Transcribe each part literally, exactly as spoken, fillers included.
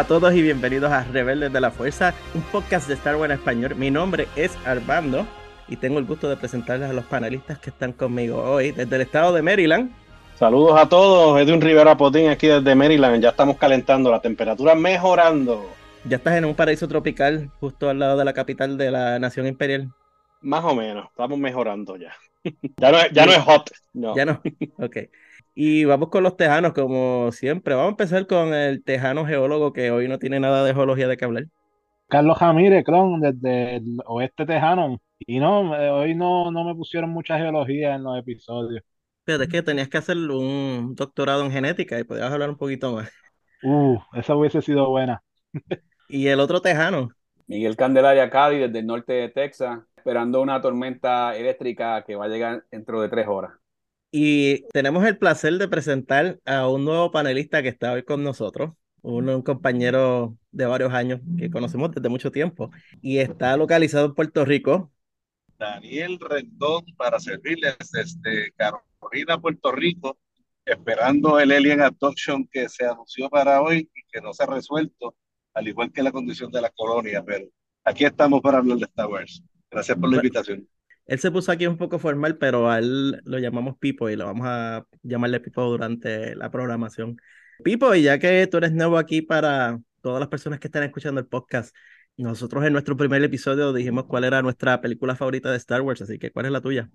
a todos y bienvenidos a Rebeldes de la Fuerza, un podcast de Star Wars en español. Mi nombre es Armando y tengo el gusto de presentarles a los panelistas que están conmigo hoy desde el estado de Maryland. Saludos a todos, Edwin Rivera Potín aquí desde Maryland. Ya estamos calentando, la temperatura mejorando. Ya estás en un paraíso tropical justo al lado de la capital de la nación imperial. Más o menos, estamos mejorando ya. Ya no es, ya no es hot. No. Ya no, ok. Y vamos con los tejanos como siempre. Vamos a empezar con el tejano geólogo que hoy no tiene nada de geología de qué hablar. Carlos Ramírez, clon, desde el oeste tejano. Y no, eh, hoy no, no me pusieron mucha geología en los episodios. Fíjate, es que tenías que hacer un doctorado en genética y podías hablar un poquito más. Uh, esa hubiese sido buena. Y el otro tejano. Miguel Candelaria Cádiz, desde el norte de Texas, esperando una tormenta eléctrica que va a llegar dentro de tres horas. Y tenemos el placer de presentar a un nuevo panelista que está hoy con nosotros, un, un compañero de varios años que conocemos desde mucho tiempo y está localizado en Puerto Rico. Daniel Rendón, para servirles desde Carolina, Puerto Rico, esperando el Alien Abduction que se anunció para hoy y que no se ha resuelto, al igual que la condición de la colonia, pero aquí estamos para hablar de Star Wars. Gracias por la Bueno, invitación. él se puso aquí un poco formal, pero a él lo llamamos Pipo y lo vamos a llamarle Pipo durante la programación. Pipo, y ya que tú eres nuevo aquí para todas las personas que están escuchando el podcast, nosotros en nuestro primer episodio dijimos cuál era nuestra película favorita de Star Wars, así que ¿cuál es la tuya?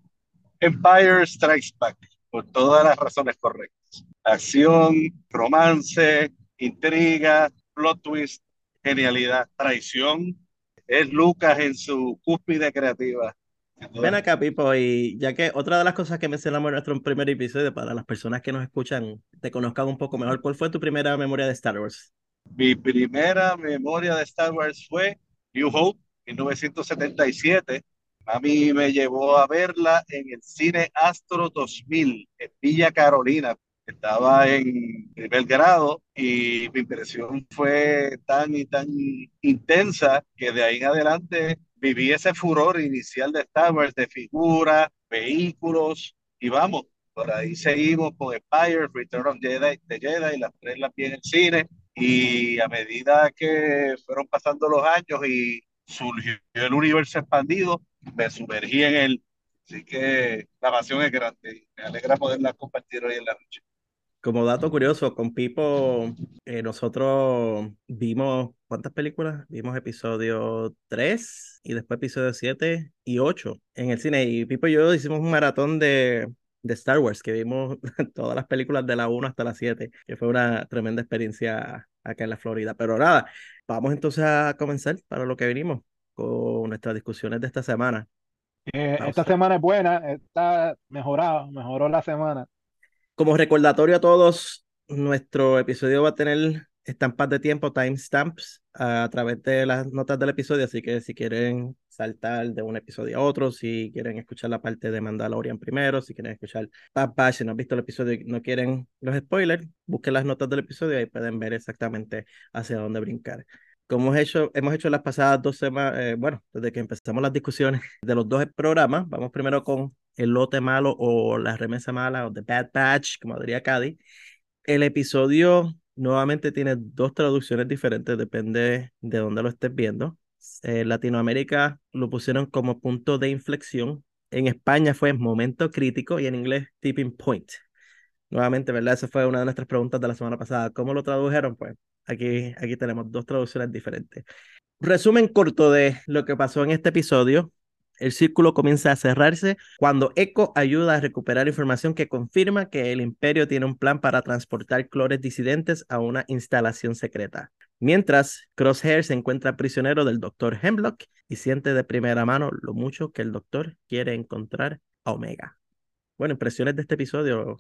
Empire Strikes Back, por todas las razones correctas. Acción, romance, intriga, plot twist, genialidad, traición. Es Lucas en su cúspide creativa. Ven acá, Pipo, y ya que otra de las cosas que mencionamos en nuestro primer episodio, para las personas que nos escuchan, te conozcan un poco mejor, ¿cuál fue tu primera memoria de Star Wars? Mi primera memoria de Star Wars fue New Hope, mil novecientos setenta y siete. A mí me llevó a verla en el Cine Astro dos mil, en Villa Carolina. Estaba en primer grado y mi impresión fue tan y tan intensa que de ahí en adelante viví ese furor inicial de Star Wars, de figuras, vehículos, y vamos, por ahí seguimos con Empire, Return of Jedi, de Jedi, las tres las vi en el cine, y a medida que fueron pasando los años y surgió el universo expandido, me sumergí en él. Así que la pasión es grande y me alegra poderla compartir hoy en la noche. Como dato curioso, con Pipo, eh, nosotros vimos, ¿cuántas películas? Vimos episodio tres y después episodio siete y ocho en el cine. Y Pipo y yo hicimos un maratón de, de Star Wars, que vimos todas las películas de la uno hasta la siete, que fue una tremenda experiencia acá en la Florida. Pero nada, vamos entonces a comenzar para lo que venimos con nuestras discusiones de esta semana. Eh, Vamos esta a- semana es buena, está mejorada, mejoró la semana. Como recordatorio a todos, nuestro episodio va a tener estampas de tiempo, timestamps, a través de las notas del episodio, así que si quieren saltar de un episodio a otro, si quieren escuchar la parte de Mandalorian primero, si quieren escuchar Bad Batch, si no han visto el episodio y no quieren los spoilers, busquen las notas del episodio y ahí pueden ver exactamente hacia dónde brincar. Como hemos hecho, hemos hecho las pasadas dos semanas, eh, bueno, desde que empezamos las discusiones de los dos programas, vamos primero con el lote malo o la remesa mala o The Bad Batch, como diría Cádiz. El episodio nuevamente tiene dos traducciones diferentes, depende de dónde lo estés viendo. En Latinoamérica lo pusieron como punto de inflexión. En España fue momento crítico y en inglés tipping point. Nuevamente, ¿verdad? Esa fue una de nuestras preguntas de la semana pasada. ¿Cómo lo tradujeron? Pues aquí, aquí tenemos dos traducciones diferentes. Resumen corto de lo que pasó en este episodio. El círculo comienza a cerrarse cuando Echo ayuda a recuperar información que confirma que el Imperio tiene un plan para transportar clones disidentes a una instalación secreta. Mientras, Crosshair se encuentra prisionero del doctor Hemlock y siente de primera mano lo mucho que el doctor quiere encontrar a Omega. Bueno, impresiones de este episodio.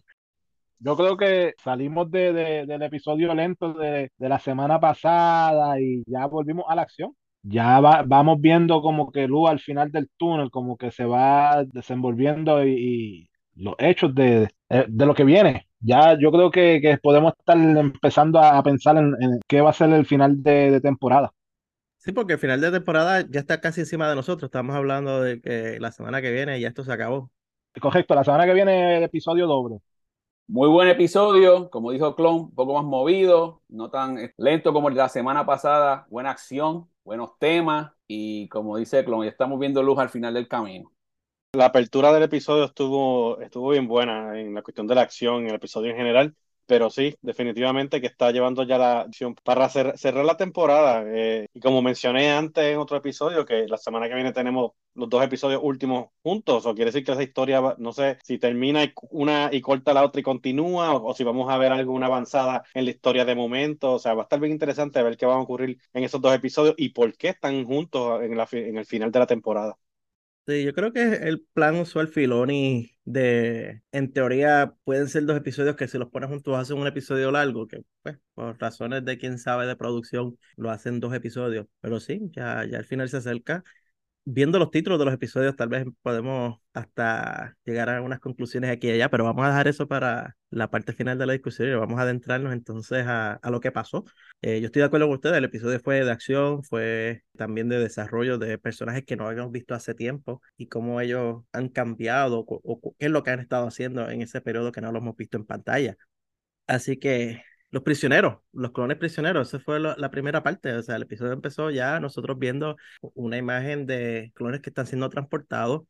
Yo creo que salimos de, de- del episodio lento de, de la semana pasada y ya volvimos a la acción. Ya va- vamos viendo como que luz al final del túnel, como que se va desenvolviendo y, y los hechos de, de, de lo que viene. Ya yo creo que, que podemos estar empezando a, a pensar en, en qué va a ser el final de, de temporada. Sí, porque el final de temporada ya está casi encima de nosotros. Estamos hablando de que la semana que viene ya esto se acabó. Correcto, la semana que viene el episodio doble. Muy buen episodio, como dijo Clon, un poco más movido, no tan lento como el de la semana pasada. Buena acción, buenos temas y como dice Clon, ya estamos viendo luz al final del camino. La apertura del episodio estuvo, estuvo bien buena en la cuestión de la acción, en el episodio en general, pero sí, definitivamente que está llevando ya la acción para cer- cerrar la temporada. Eh, y como mencioné antes en otro episodio, que la semana que viene tenemos los dos episodios últimos juntos, o quiere decir que esa historia, va- no sé si termina y una y corta la otra y continúa, o, o si vamos a ver alguna avanzada en la historia de momento. O sea, va a estar bien interesante ver qué va a ocurrir en esos dos episodios y por qué están juntos en la fi- en el final de la temporada. Sí, yo creo que el plan usual Filoni de, en teoría, pueden ser dos episodios que si los pones juntos hacen un episodio largo, que pues por razones de quién sabe de producción lo hacen dos episodios, pero sí, ya, ya al final se acerca. Viendo los títulos de los episodios, tal vez podemos hasta llegar a algunas conclusiones aquí y allá, pero vamos a dejar eso para la parte final de la discusión y vamos a adentrarnos entonces a, a lo que pasó. Eh, yo estoy de acuerdo con ustedes, el episodio fue de acción, fue también de desarrollo de personajes que no habíamos visto hace tiempo y cómo ellos han cambiado o, o qué es lo que han estado haciendo en ese periodo que no lo hemos visto en pantalla. Así que los prisioneros, los clones prisioneros, esa fue lo- la primera parte. O sea, el episodio empezó ya nosotros viendo una imagen de clones que están siendo transportados.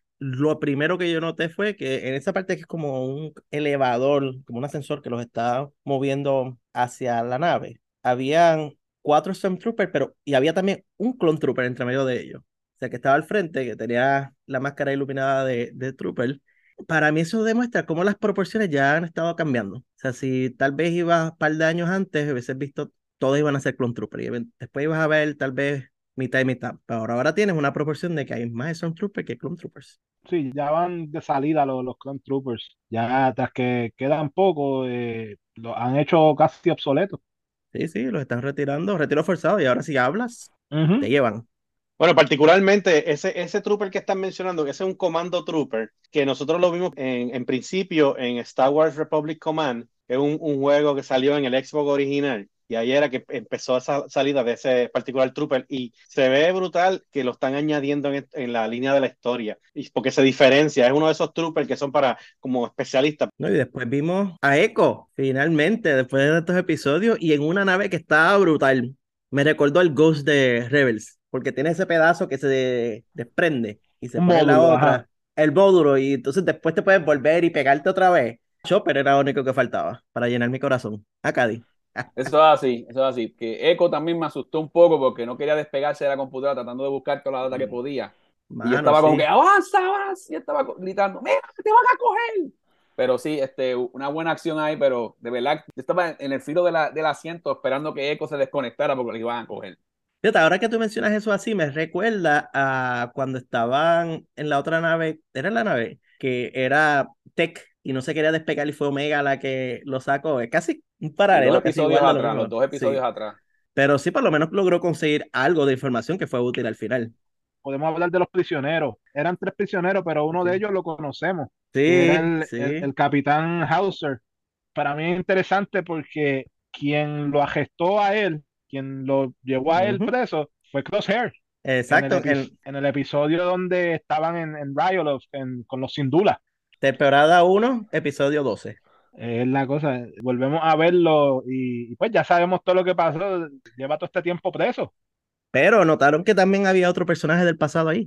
Lo primero que yo noté fue que en esa parte que es como un elevador, como un ascensor que los está moviendo hacia la nave, habían cuatro Stormtroopers, pero y había también un Clone Trooper entre medio de ellos. O sea, que estaba al frente, que tenía la máscara iluminada de, de Trooper. Para mí eso demuestra cómo las proporciones ya han estado cambiando. O sea, si tal vez ibas un par de años antes, hubieses visto, todos iban a ser Clone Trooper. Y even- después ibas a ver tal vez mitad y mitad. Pero ahora, ahora tienes una proporción de que hay más Stormtroopers que Clone Troopers. Sí, ya van de salida los, los Clone Troopers. Ya tras que quedan poco, eh, lo han hecho casi obsoletos. Sí, sí, los están retirando, retiro forzado, y ahora si hablas, te Ujú. llevan. Bueno, particularmente ese, ese trooper que están mencionando, que ese es un comando trooper, que nosotros lo vimos en, en principio en Star Wars Republic Command, que es un, un juego que salió en el Xbox original, y ahí era que empezó esa salida de ese particular trooper, y se ve brutal que lo están añadiendo en, en la línea de la historia, y porque se diferencia, es uno de esos troopers que son para como especialistas. ¿No? Y después vimos a Echo, finalmente, después de estos episodios, y en una nave que estaba brutal. Me recordó al Ghost de Rebels, porque tiene ese pedazo que se desprende y se Un pone en la módulo, ajá. otra, el módulo, y entonces después te puedes volver y pegarte otra vez. Chopper era lo único que faltaba para llenar mi corazón. A Cádiz. Eso es así, eso es así. Que Echo también me asustó un poco porque no quería despegarse de la computadora tratando de buscar toda la data que podía. Y yo Mano, estaba como que, sí. avanza, avanza. Y yo estaba gritando, mira, te van a coger. Pero sí, este, una buena acción ahí, pero de verdad, yo estaba en el filo de la, del asiento esperando que Echo se desconectara porque lo iban a coger. Fíjate, ahora que tú mencionas eso así, me recuerda a cuando estaban en la otra nave, era la nave, que era Tech y no se quería despegar y fue Omega la que lo sacó. Es casi un Sí, dos paralelo, casi episodios igual de lo atrás, los mismo. dos episodios Sí, atrás. pero sí por lo menos logró conseguir algo de información que fue útil al final. Podemos hablar de los prisioneros. Eran tres prisioneros, pero uno de Sí, ellos lo conocemos, que era sí, el, el, sí, el capitán Hauser. Para mí es interesante porque quien lo arrestó a él, quien lo llevó a él ujú. preso, fue Crosshair. En el, Exacto, epi- en en el episodio donde estaban en, en Ryloth, en- con los Syndulas. temporada uno episodio doce. Es la cosa, volvemos a verlo y, y pues ya sabemos todo lo que pasó. Lleva todo este tiempo preso. Pero notaron que también había otro personaje del pasado ahí.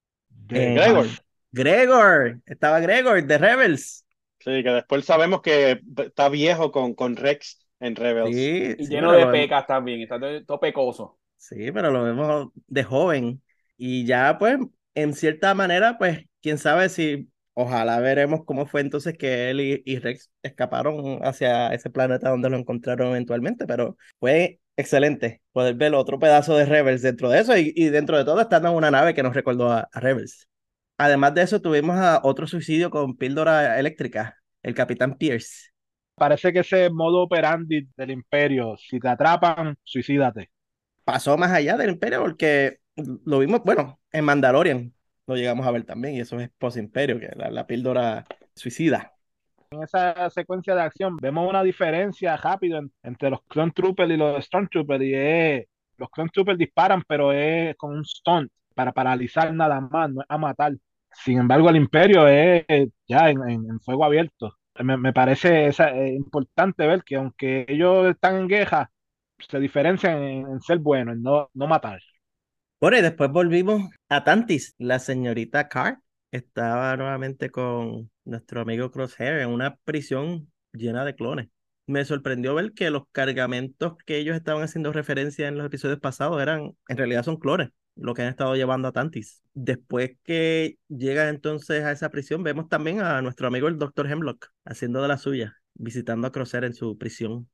¿De Gregor, cuál? En Gregor, estaba Gregor de Rebels. sí, que después sabemos que está viejo con, con Rex en Rebels. Sí, Y sí, lleno pero de lo vemos. pecas también, está todo, todo pecoso. Sí, pero lo vemos de joven. Y ya, pues, en cierta manera, pues, quién sabe si, ojalá veremos cómo fue entonces que él y, y Rex escaparon hacia ese planeta donde lo encontraron eventualmente. Pero fue excelente poder ver otro pedazo de Rebels dentro de eso y, y dentro de todo estando en una nave que nos recordó a, a Rebels. Además de eso, tuvimos a otro suicidio con píldora eléctrica, el Capitán Pierce. Parece que ese modo operandi del Imperio, si te atrapan, suicídate. Pasó más allá del Imperio porque lo vimos, bueno, en Mandalorian lo llegamos a ver también y eso es post-Imperio, que la, la píldora suicida. En esa secuencia de acción vemos una diferencia rápido en- entre los Clone Troopers y los Stormtroopers y es, los Clone Troopers disparan pero es con un stunt para paralizar nada más, no es a matar. Sin embargo, el Imperio es ya en, en- en fuego abierto. me, me parece esa, eh, importante ver que aunque ellos están en guerra, se diferencian en, en ser buenos, en no, no matar. Bueno, y después volvimos a Tantis. La señorita Carr estaba nuevamente con nuestro amigo Crosshair en una prisión llena de clones. Me sorprendió ver que los cargamentos que ellos estaban haciendo referencia en los episodios pasados eran, en realidad son clones, lo que han estado llevando a Tantis. Después que llegan entonces a esa prisión, vemos también a nuestro amigo el doctor Hemlock haciendo de la suya, visitando a Crosshair en su prisión.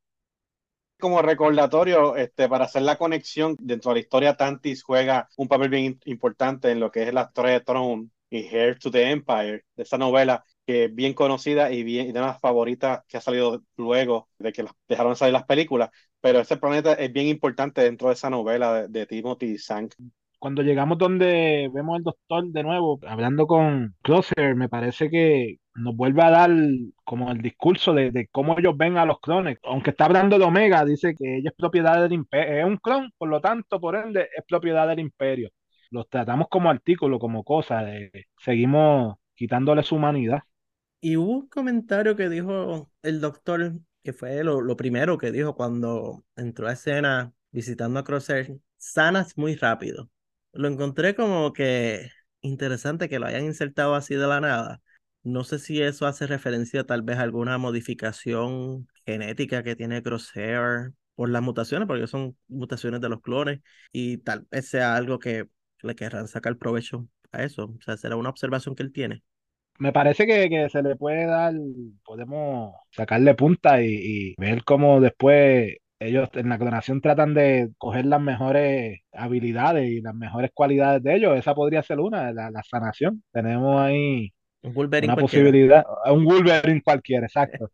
Como recordatorio, este, para hacer la conexión dentro de la historia, Tantis juega un papel bien importante en lo que es la historia de Throne y Heir to the Empire, de esa novela que es bien conocida y, bien, y de las favoritas que ha salido luego de que las, dejaron salir las películas, pero ese planeta es bien importante dentro de esa novela de, de Timothy Zahn. Cuando llegamos donde vemos al doctor de nuevo, hablando con Closer, me parece que nos vuelve a dar como el discurso de, de cómo ellos ven a los clones. Aunque está hablando de Omega, dice que ella es propiedad del imperio, es un clon, por lo tanto, por ende, es propiedad del imperio. Los tratamos como artículos, como cosas, de- seguimos quitándole su humanidad. Y hubo un comentario que dijo el doctor, que fue lo, lo primero que dijo cuando entró a escena visitando a Crosshair, sanas muy rápido. Lo encontré como que interesante que lo hayan insertado así de la nada. No sé si eso hace referencia tal vez a alguna modificación genética que tiene Crosshair por las mutaciones, porque son mutaciones de los clones, y tal vez sea algo que le querrán sacar provecho a eso. O sea, será una observación que él tiene. Me parece que, que se le puede dar, podemos sacarle punta y, y ver cómo después ellos en la clonación tratan de coger las mejores habilidades y las mejores cualidades de ellos. Esa podría ser una, la, la sanación. Tenemos ahí Un Wolverine una cualquiera. posibilidad, un Wolverine cualquiera, exacto.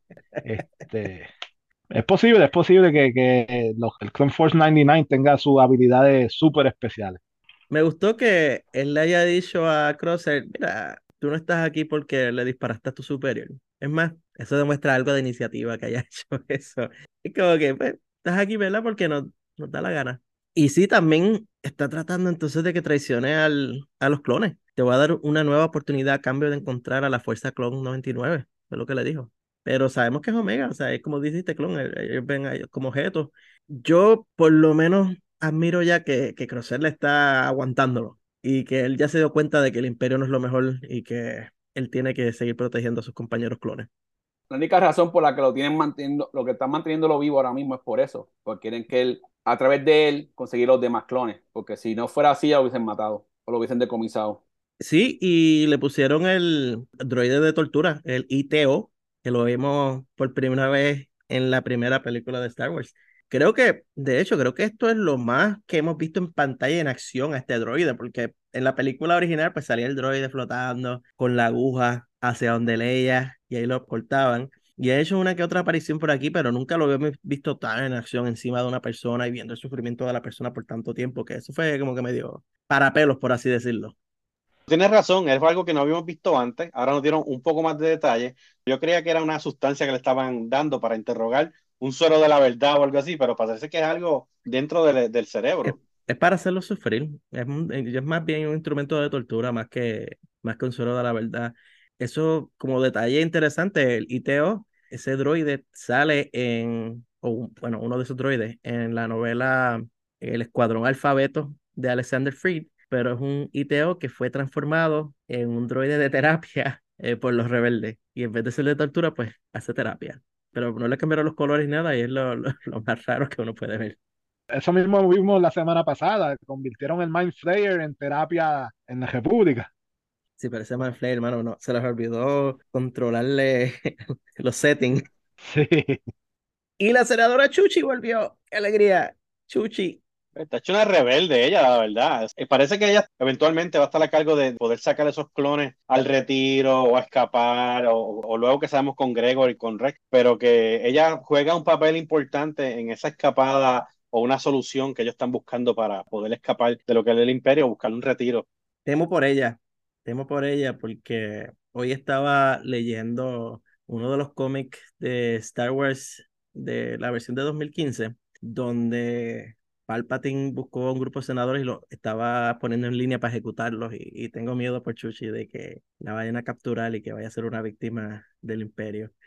Este, es posible, es posible que, que los- el Clone Force noventa y nueve tenga sus habilidades súper especiales. Me gustó que él le haya dicho a Crosser, mira, tú no estás aquí porque le disparaste a tu superior. Es más, eso demuestra algo de iniciativa que haya hecho eso. Es como que, pues, estás aquí, ¿verdad? Porque nos, nos da la gana. Y sí, también está tratando entonces de que traicione al, a los clones. Te voy a dar una nueva oportunidad a cambio de encontrar a la Fuerza Clon noventa y nueve, fue lo que le dijo. Pero sabemos que es Omega, o sea, es como dijiste, Clon, el- ellos ven a ellos como objetos. Yo, por lo menos, admiro ya que, que Crosser le está aguantándolo y que él ya se dio cuenta de que el Imperio no es lo mejor y que él tiene que seguir protegiendo a sus compañeros clones. La única razón por la que lo tienen manteniendo, lo que están manteniéndolo vivo ahora mismo es por eso, porque quieren que él, a través de él, conseguir los demás clones, porque si no fuera así, ya lo hubiesen matado o lo hubiesen decomisado. Sí, y le pusieron el droide de tortura, el I T O, que lo vimos por primera vez en la primera película de Star Wars. Creo que, de hecho, creo que esto es lo más que hemos visto en pantalla en acción a este droide, porque en la película original pues salía el droide flotando con la aguja hacia donde Leia y ahí lo cortaban. Y ha hecho una que otra aparición por aquí, pero nunca lo habíamos visto tan en acción encima de una persona y viendo el sufrimiento de la persona por tanto tiempo, que eso fue como que medio para pelos, por así decirlo. Tienes razón, es algo que no habíamos visto antes, ahora nos dieron un poco más de detalle. Yo creía que era una sustancia que le estaban dando para interrogar un suero de la verdad o algo así, pero parece que es algo dentro del, del Es, cerebro. es para hacerlo sufrir. Es, un- es más bien un instrumento de tortura más que, más que un suero de la verdad. Eso, como detalle interesante, el I T O, ese droide sale en, o un- bueno, uno de esos droides, en la novela El Escuadrón Alfabeto de Alexander Freed, pero es un I T O que fue transformado en un droide de terapia eh, por los rebeldes. Y en vez de ser de tortura, pues hace terapia. Pero no le cambiaron los colores ni nada y es lo, lo, lo más raro que uno puede ver. Eso mismo vimos la semana pasada, convirtieron el Mind Flayer en terapia en la República. Sí, pero ese Manflay, hermano, no, se les olvidó controlarle los settings. Sí, Y la senadora Chuchi volvió. ¡Qué alegría! Chuchi. Está hecho una rebelde ella, la verdad. Eh, Parece que ella eventualmente va a estar a cargo de poder sacar esos clones al retiro o a escapar, o, o luego que sabemos con Gregor y con Rex, pero que ella juega un papel importante en esa escapada o una solución que ellos están buscando para poder escapar de lo que es el Imperio o buscar un retiro. Temo por ella. Temo por ella porque hoy estaba leyendo uno de los cómics de Star Wars de la versión de dos mil quince, donde Palpatine buscó a un grupo de senadores y lo estaba poniendo en línea para ejecutarlos. Y, y tengo miedo por Chuchi de que la vayan a capturar y que vaya a ser una víctima del Imperio.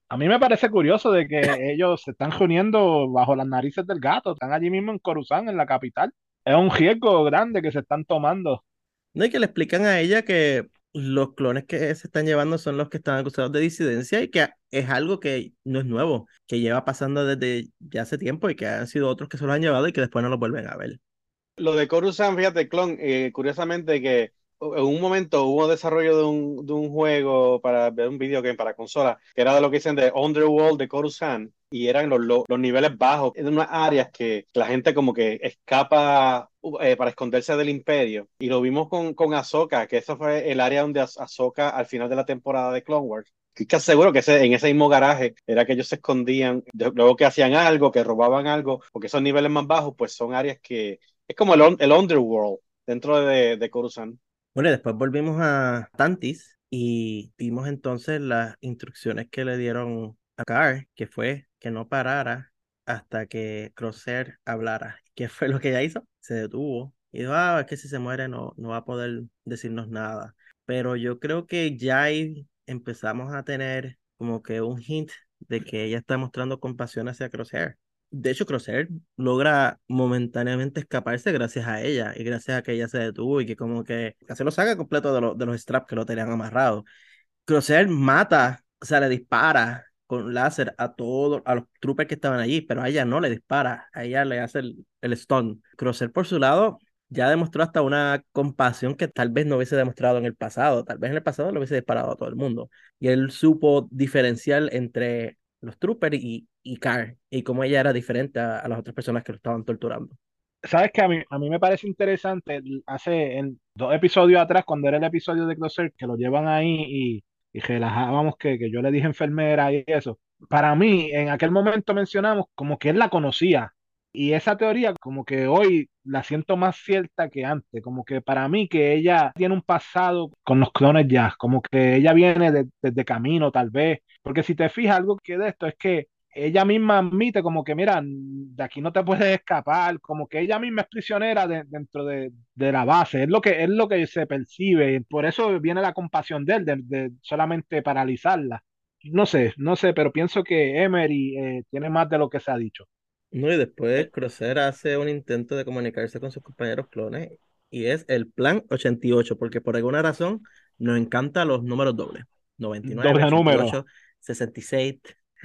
A mí me parece curioso de que ellos se están reuniendo bajo las narices del gato, están allí mismo en Coruscant, en la capital. Es un riesgo grande que se están tomando. No, y que le explican a ella que los clones que se están llevando son los que están acusados de disidencia y que es algo que no es nuevo, que lleva pasando desde ya hace tiempo y que han sido otros que se los han llevado y que después no los vuelven a ver. Lo de Coruscant, fíjate, Clon, eh, curiosamente que en un momento hubo desarrollo de un, de un juego para ver un video game para consola, que era de lo que dicen de Underworld de Coruscant, y eran los, los, los niveles bajos, en unas áreas que la gente como que escapa eh, para esconderse del Imperio. Y lo vimos con, con Ahsoka, que eso fue el área donde Ah- Ahsoka al final de la temporada de Clone Wars. Estoy casi seguro que ese, en ese mismo garaje era que ellos se escondían, de- luego que hacían algo, que robaban algo, porque esos niveles más bajos pues son áreas que es como el, un- el Underworld dentro de, de Coruscant. Bueno, y después volvimos a Tantis y vimos entonces las instrucciones que le dieron a Car, que fue que no parara hasta que Crosshair hablara. ¿Qué fue lo que ella hizo? Se detuvo y dijo, ah, es que si se muere no, no va a poder decirnos nada. Pero yo creo que ya ahí empezamos a tener como que un hint de que ella está mostrando compasión hacia Crosshair. De hecho, Crosshair logra momentáneamente escaparse gracias a ella y gracias a que ella se detuvo y que como que casi lo saca completo de, lo- de los straps que lo tenían amarrado. Crosshair mata, o sea, le dispara con láser a todos, a los troopers que estaban allí, pero a ella no le dispara, a ella le hace el, el stun. Crosshair por su lado ya demostró hasta una compasión que tal vez no hubiese demostrado en el pasado, tal vez en el pasado lo hubiese disparado a todo el mundo. Y él supo diferenciar entre los troopers y, y Car, y cómo ella era diferente a, a las otras personas que lo estaban torturando. ¿Sabes qué? A mí, a mí me parece interesante, el- hace en dos episodios atrás, cuando era el episodio de Closer, que lo llevan ahí y, y relajábamos que, que yo le dije enfermera y eso. Para mí, en aquel momento mencionamos como que él la conocía. Y esa teoría como que hoy la siento más cierta que antes. Como que para mí que ella tiene un pasado con los clones ya. Como que ella viene de- desde camino tal vez. Porque si te fijas algo que de esto es que ella misma admite como que, mira, de aquí no te puedes escapar, como que ella misma es prisionera de- dentro de, de la base, es lo que, es lo que se percibe, por eso viene la compasión de él, de, de solamente paralizarla. No sé, no sé, pero pienso que Emery eh, tiene más de lo que se ha dicho. No, y después Eh, Crosshair hace un intento de comunicarse con sus compañeros clones y es el plan ochenta y ocho, porque por alguna razón nos encantan los números dobles. noventa y nueve, Doble número. ochenta y ocho, sesenta y seis.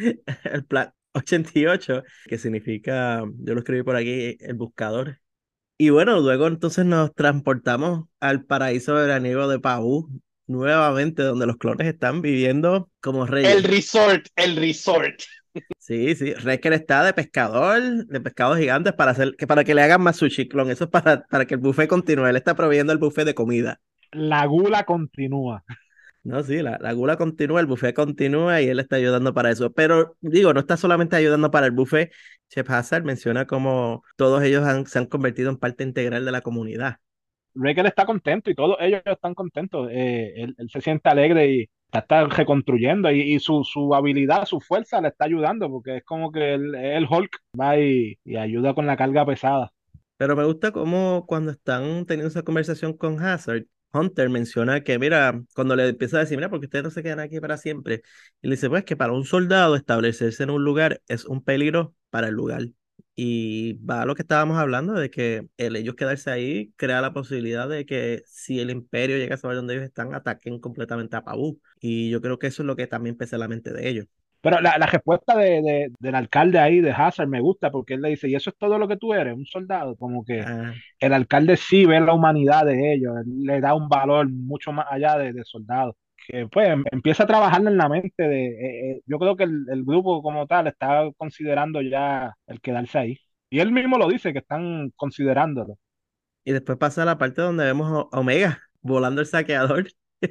El plan ochenta y ocho, que significa, yo lo escribí por aquí, el buscador. Y bueno, luego entonces nos transportamos al paraíso veraniego de Pabú, nuevamente, donde los clones están viviendo como El reyes. resort, el resort. Sí, sí, Wrecker está de pescador, de pescados gigantes para hacer, que para que le hagan más sushi, clon. Eso es para, para que el buffet continúe. Él está proveyendo el buffet de comida. La gula continúa. No, sí, la, la gula continúa, el buffet continúa y él está ayudando para eso. Pero digo, no está solamente ayudando para el buffet. Chef Hazard menciona cómo todos ellos han- se han convertido en parte integral de la comunidad. Raker está contento y todos ellos están contentos. Eh, él, él se siente alegre y está, está reconstruyendo y, y su, su habilidad, su fuerza le está ayudando porque es como que el, el Hulk va y, y ayuda con la carga pesada. Pero me gusta cómo cuando están teniendo esa conversación con Hazard, Hunter menciona que, mira, cuando le empieza a decir, mira, porque ustedes no se quedan aquí para siempre. Y le dice, pues que para un soldado establecerse en un lugar es un peligro para el lugar. Y va a lo que estábamos hablando, de que el ellos quedarse ahí crea la posibilidad de que si el imperio llega a saber dónde ellos están, ataquen completamente a Pabú. Y yo creo que eso es lo que también pesa en la mente de ellos. Pero la, la respuesta de, de- del alcalde ahí, de Hazard, me gusta porque él le dice, ¿y eso es todo lo que tú eres? Un soldado. Como que Ah, el alcalde sí ve la humanidad de ellos, él le da un valor mucho más allá de, de soldado. Que pues em- empieza a trabajar en la mente de, eh, eh, yo creo que el, el grupo como tal está considerando ya el quedarse ahí. Y él mismo lo dice, que están considerándolo. y después pasa la parte donde vemos a Omega volando el saqueador.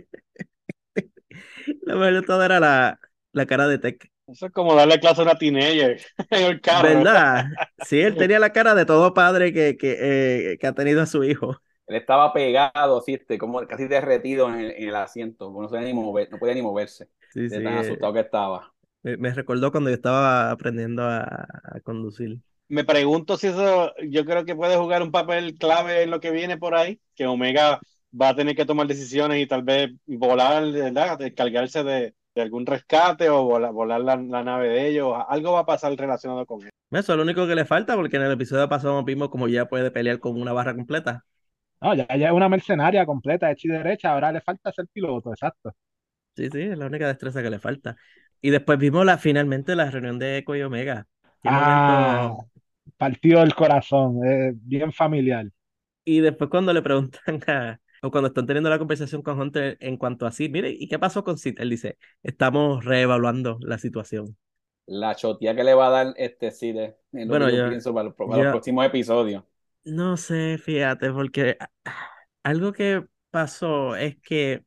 Lo mejor de todo era la, la cara de Tech. Eso es como darle clase a una teenager en el carro. ¿Verdad? Sí, él tenía la cara de todo padre que, que, eh, que ha tenido a su hijo. Él estaba pegado, así, este, como casi derretido en el, en el asiento, no, podía ni mover, no podía ni moverse Sí, sí. de tan eh, asustado que estaba. me, me recordó cuando yo estaba aprendiendo a, a conducir. Me pregunto si eso, yo creo que puede jugar un papel clave en lo que viene por ahí, que Omega va a tener que tomar decisiones y tal vez volar, ¿verdad? Descargarse de, de algún rescate o volar, volar la, la nave de ellos. Algo va a pasar relacionado con eso. Eso es lo único que le falta, porque en el episodio pasado vimos como ya puede pelear con una barra completa. No, ya, ya es una mercenaria completa, hecha y derecha, ahora le falta ser piloto, exacto. Sí, sí, es la única destreza que le falta. Y después vimos la, finalmente la reunión de Echo y Omega. Qué Ah, momento. partido del corazón, eh, bien familiar. Y después cuando le preguntan a, o cuando están teniendo la conversación con Hunter en cuanto a Sid, mire, ¿y qué pasó con Sid? Él dice, estamos reevaluando la situación. La chotía que le va a dar este Cide es lo que Bueno, yo yo, pienso para los, para los yo próximos episodios. no sé, fíjate, porque ah, algo que pasó es que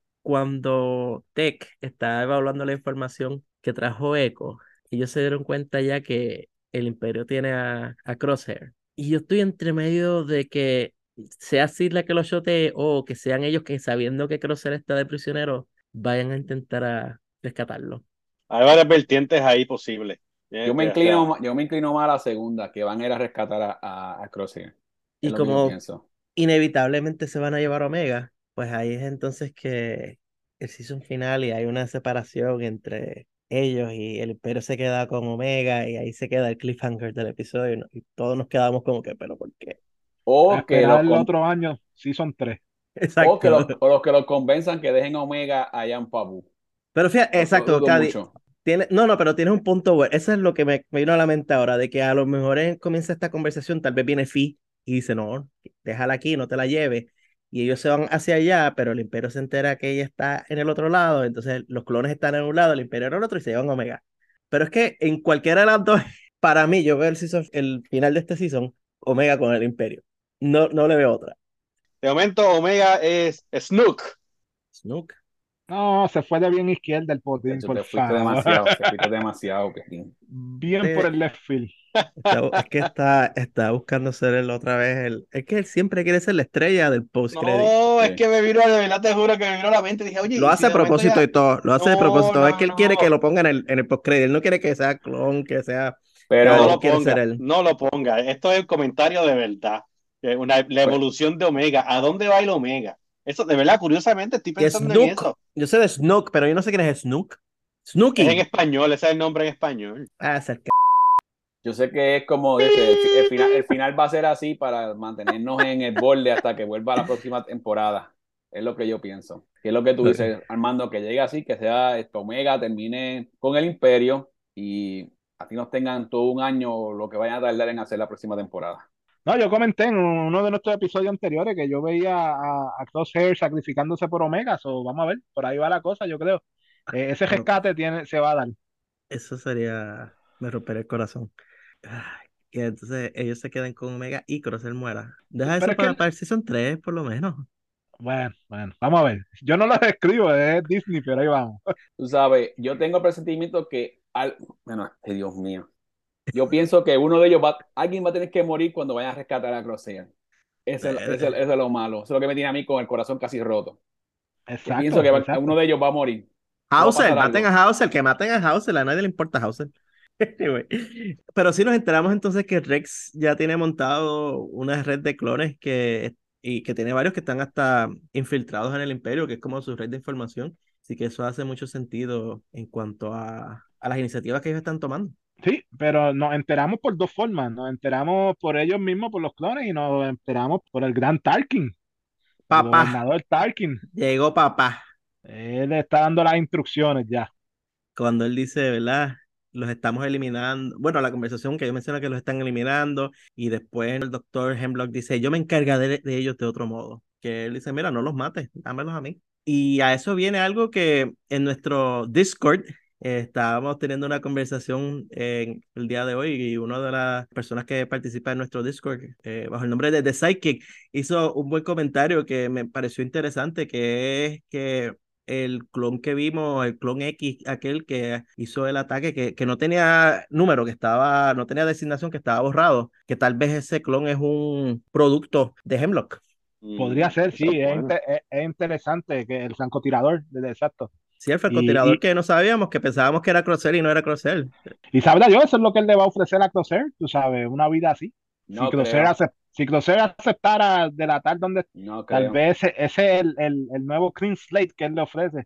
cuando Tech estaba evaluando la información que trajo Echo, ellos se dieron cuenta ya que el Imperio tiene a, a Crosshair. Y yo estoy entre medio de que sea Sid la que lo shotee o que sean ellos que sabiendo que Crosshair está de prisionero, vayan a intentar a rescatarlo. Hay varias vertientes ahí posibles. Yo Eh, me O sea, inclino, ma- yo me inclino más a la segunda, que van a ir a rescatar a, a, a Crosshair. Es Y lo que yo como pienso. inevitablemente se van a llevar a Omega, pues ahí es entonces que el season final y hay una separación entre ellos y el Imperio se queda con Omega y ahí se queda el cliffhanger del episodio, ¿no? Y todos nos quedamos como que, pero ¿por qué? A O que esperar los, el con- otro año, Season tres. o que los, Exacto. o los que los convenzan que dejen a Omega allá en Pabu. Pero fíjate, Lo, lo exacto, dudo Cady, mucho. tiene, no, no, pero tienes un punto bueno. Eso es lo que me, me vino a la mente ahora, de que a lo mejor en- comienza esta conversación, tal vez viene Fi y dice, no, déjala aquí, no te la lleves. Y ellos se van hacia allá, pero el Imperio se entera que ella está en el otro lado, entonces los clones están en un lado, el Imperio en el otro y se llevan a Omega. Pero es que en cualquiera de las dos, para mí, yo veo el, season- el final de este season, Omega con el Imperio. No, no le veo otra. de momento Omega es Snook. Snook. No, se fue de bien izquierda el De potín, hecho, por te fuiste favor. demasiado, te fuiste demasiado, Petín. Bien por Sí, el left field. está- es que está, está buscando ser él otra vez. El, es que él siempre quiere ser la estrella del post-credit. No, es Sí. que me vino, de verdad te juro que me vino a la mente y dije, oye, Lo y si hace a de momento propósito ya, y todo. Lo hace de no, propósito. Es que no, él quiere que no, lo ponga en el, en el post-credit. Él no quiere que sea clon, que sea. Ya, no él lo Pero, quiere ser ponga, él. no lo ponga. Esto es el comentario de verdad. Eh, Una, la pues, evolución de Omega. ¿A dónde va el Omega? Eso, de verdad, curiosamente, estoy Y pensando en Snook. eso. Yo sé de Snook, pero yo no sé quién es Snook. Es en Snooky. español, ese es el nombre en español. Ah, es el c- yo sé que es como dice, el, fi- el final, el final va a ser así para mantenernos en el borde hasta que vuelva la próxima temporada. Es lo que yo pienso. Que es lo que tú dices, Armando, que llegue así, que sea esto, Omega, termine con el Imperio y así nos tengan todo un año lo que vayan a tardar en hacer la próxima temporada. No, yo comenté en uno de nuestros episodios anteriores que yo veía a, a Crosshair sacrificándose por Omega, so vamos a ver, por ahí va la cosa, yo creo. Eh, ese Pero rescate tiene, se va a dar. eso sería. Me rompería el corazón. Ay, y entonces ellos se quedan con Omega y Crosshair muera. Deja Pero eso es que, para, para el season tres por lo menos. bueno, bueno, vamos a ver. Yo no lo escribo, es Disney, pero ahí vamos. Tú sabes, yo tengo el presentimiento que, al, bueno, ay, Dios mío, yo pienso que uno de ellos va, alguien va a tener que morir cuando vayan a rescatar a Crosshair. Eso es, eso es- eso es lo malo, eso es lo que me tiene a mí con el corazón casi roto. Yo pienso Exacto, que va- uno exacto. de ellos va a morir, o va a Hauser, pasar maten a algo. Hauser, que maten a Hauser, a nadie le importa Hauser. Anyway. Pero sí nos enteramos entonces que Rex ya tiene montado una red de clones que, y que tiene varios que están hasta infiltrados en el Imperio, que es como su red de información. Así que eso hace mucho sentido en cuanto a, a las iniciativas que ellos están tomando. Sí, pero nos enteramos por dos formas. Nos enteramos por ellos mismos, por los clones, y nos enteramos por el gran Tarkin, el Papá, gobernador Tarkin. llegó papá. Él está dando las instrucciones ya. Cuando él dice, ¿verdad? Los estamos eliminando. Bueno, la conversación que yo menciono que los están eliminando y después el doctor Hemlock dice, yo me encargaré de ellos de otro modo. Que él dice, mira, no los mates, dámelos a mí. Y a eso viene algo que en nuestro Discord eh, estábamos teniendo una conversación eh, el día de hoy y una de las personas que participa en nuestro Discord, eh, bajo el nombre de The Sidekick, hizo un buen comentario que me pareció interesante, que es que el clon que vimos, el clon X, aquel que hizo el ataque, que, que no tenía número, que estaba, no tenía designación, que estaba borrado, que tal vez ese clon es un producto de Hemlock. Podría Mm, ser, eso es sí, es, bueno. inte- es- es interesante que el francotirador, de- exacto. Sí, el Y, francotirador y, que no sabíamos, que pensábamos que era Crosshair y no era Crosshair. y sabrá Dios, eso es lo que él le va a ofrecer a Crosshair, tú sabes, una vida así. Si No Crosshair, creo, ace- si Crosshair aceptara delatar donde, no tal creo. vez ese, ese es el, el, el nuevo clean slate que él le ofrece.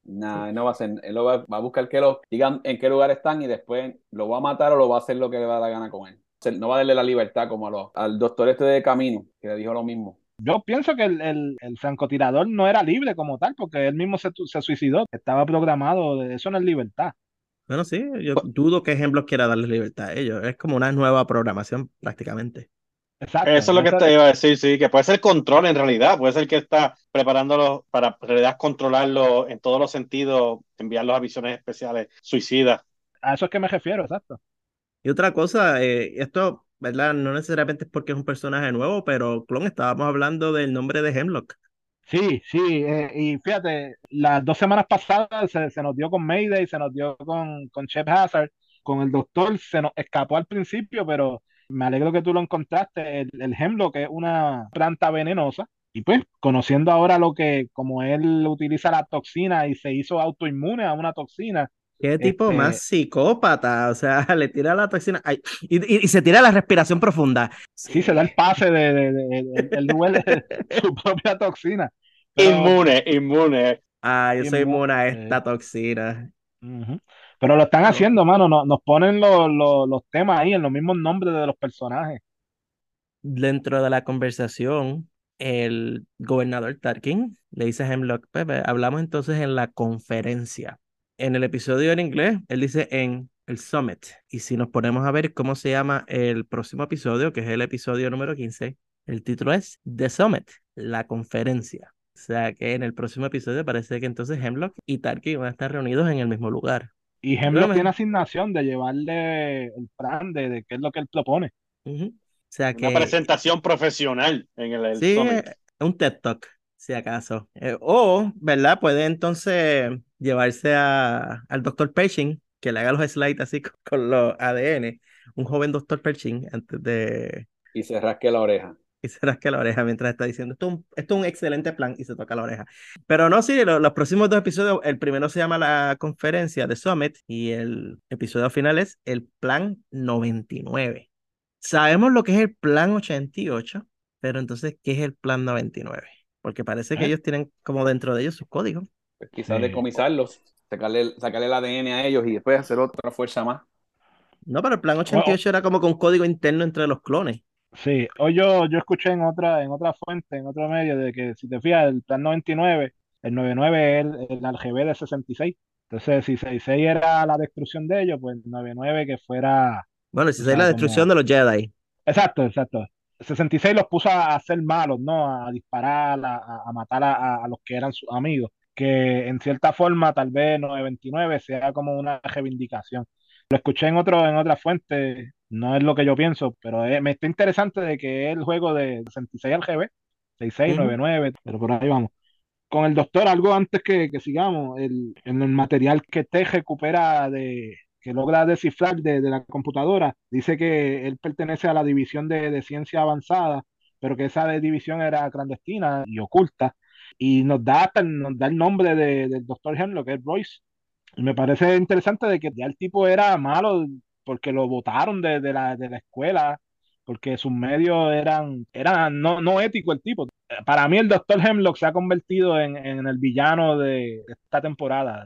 Nah, no va a hacer, él lo va, va a buscar que lo digan en qué lugar están y después lo va a matar o lo va a hacer lo que le va a dar la gana con él. O sea, no va a darle la libertad como a los, al doctor este de Camino, que le dijo lo mismo. Yo pienso que el, el, el francotirador no era libre como tal, porque él mismo se, tu- se suicidó, estaba programado, de- eso no es libertad. Bueno, sí, yo Pu- dudo que Hemlock quiera darles libertad a ellos. Es como una nueva programación prácticamente. Exacto, Eso es lo que eso, te iba a decir, sí, que puede ser control en realidad, puede ser que está preparándolo para en realidad controlarlo en todos los sentidos, enviarlos a misiones especiales suicidas. a eso es que me refiero, exacto. Y otra cosa, eh, esto, ¿verdad? No necesariamente es porque es un personaje nuevo, pero Clon, estábamos hablando del nombre de Hemlock. Sí, sí, eh, y fíjate, las dos semanas pasadas se, se nos dio con Mayday, se nos dio con, con Chef Hazard, con el doctor, se nos escapó al principio, pero me alegro que tú lo encontraste, el, el hemlock es una planta venenosa, y pues conociendo ahora lo que, como él utiliza la toxina y se hizo autoinmune a una toxina, Qué tipo más este, psicópata, o sea, le tira la toxina ay, y, y- y se tira la respiración profunda. sí se Sí. da el pase de, de, de- él, él huele su propia toxina, pero Inmune, inmune. Ah, yo soy inmu- inmune a eh, esta toxina. Ujú. Pero lo están Está haciendo, loco. mano. Nos, nos ponen los, los, los temas ahí en los mismos nombres de los personajes. Dentro de la conversación, el gobernador Tarkin le dice a Hemlock, Pepe, hablamos entonces en la conferencia. En el episodio en inglés, él dice en el Summit. Y si nos ponemos a ver cómo se llama el próximo episodio, que es el episodio número quince, el título es The Summit, la conferencia. O sea que en el próximo episodio parece que entonces Hemlock y Tarkin van a estar reunidos en el mismo lugar. Y Yo creo Hemlock que tiene me- asignación de llevarle el plan de, de qué es lo que él propone. Ujú. O sea Una que presentación profesional en el, el sí, Summit. eh, un TED Talk, si acaso. Eh, o, ¿verdad? Puede entonces llevarse a, al doctor Pershing, que le haga los slides así con, con los A D N. Un joven doctor Pershing, antes de... Y se rasque la oreja. Y se rasca la oreja mientras está diciendo, esto, es un- esto es un excelente plan, y se toca la oreja. Pero no, sí, lo- los próximos dos episodios, el primero se llama la conferencia de Summit y el episodio final es el plan noventa y nueve. Sabemos lo que es el plan ochenta y ocho, pero entonces, ¿qué es el plan noventa y nueve? Porque parece que ¿Eh? ellos tienen como dentro de ellos sus códigos. Pues quizás Sí. decomisarlos, sacarle, sacarle el A D N a ellos y después hacer otra fuerza más. No, pero el plan O- ochenta y o- ocho era como con un código interno entre los clones. sí. Hoy yo, yo escuché en otra, en otra fuente, en otro medio, de que si te fijas, el plan noventa y nueve, el noventa y nueve es el, el algebra de sesenta y seis. Entonces, si sesenta y seis era la destrucción de ellos, pues el noventa y nueve que fuera, Bueno, y si tú es la sabes, destrucción como... de los Jedi. Exacto, exacto. sesenta y seis los puso a, a ser malos, ¿no? A disparar, a, a- a matar a, a- a los que eran sus amigos. Que en cierta forma, tal vez novecientos veintinueve sea como una reivindicación. Lo escuché en otro, en otra fuente, no es lo que yo pienso, pero es- me está interesante de que es el juego de sesenta y seis al G B, sesenta y seis, Ujú. noventa y nueve, pero por ahí vamos. Con el doctor, algo antes que, que sigamos, el, en el material que te recupera de, que logra descifrar de, de la computadora, dice que él pertenece a la división de, de ciencia avanzada, pero que esa de- división era clandestina y oculta, y nos da hasta el, nos da el nombre de- del doctor Hemlock, que es Royce. Y me parece interesante de que ya el tipo era malo porque lo botaron de, de la, de la escuela, porque sus medios eran, eran no, no ético el tipo. Para mí el doctor Hemlock se ha convertido en, en el villano de esta temporada.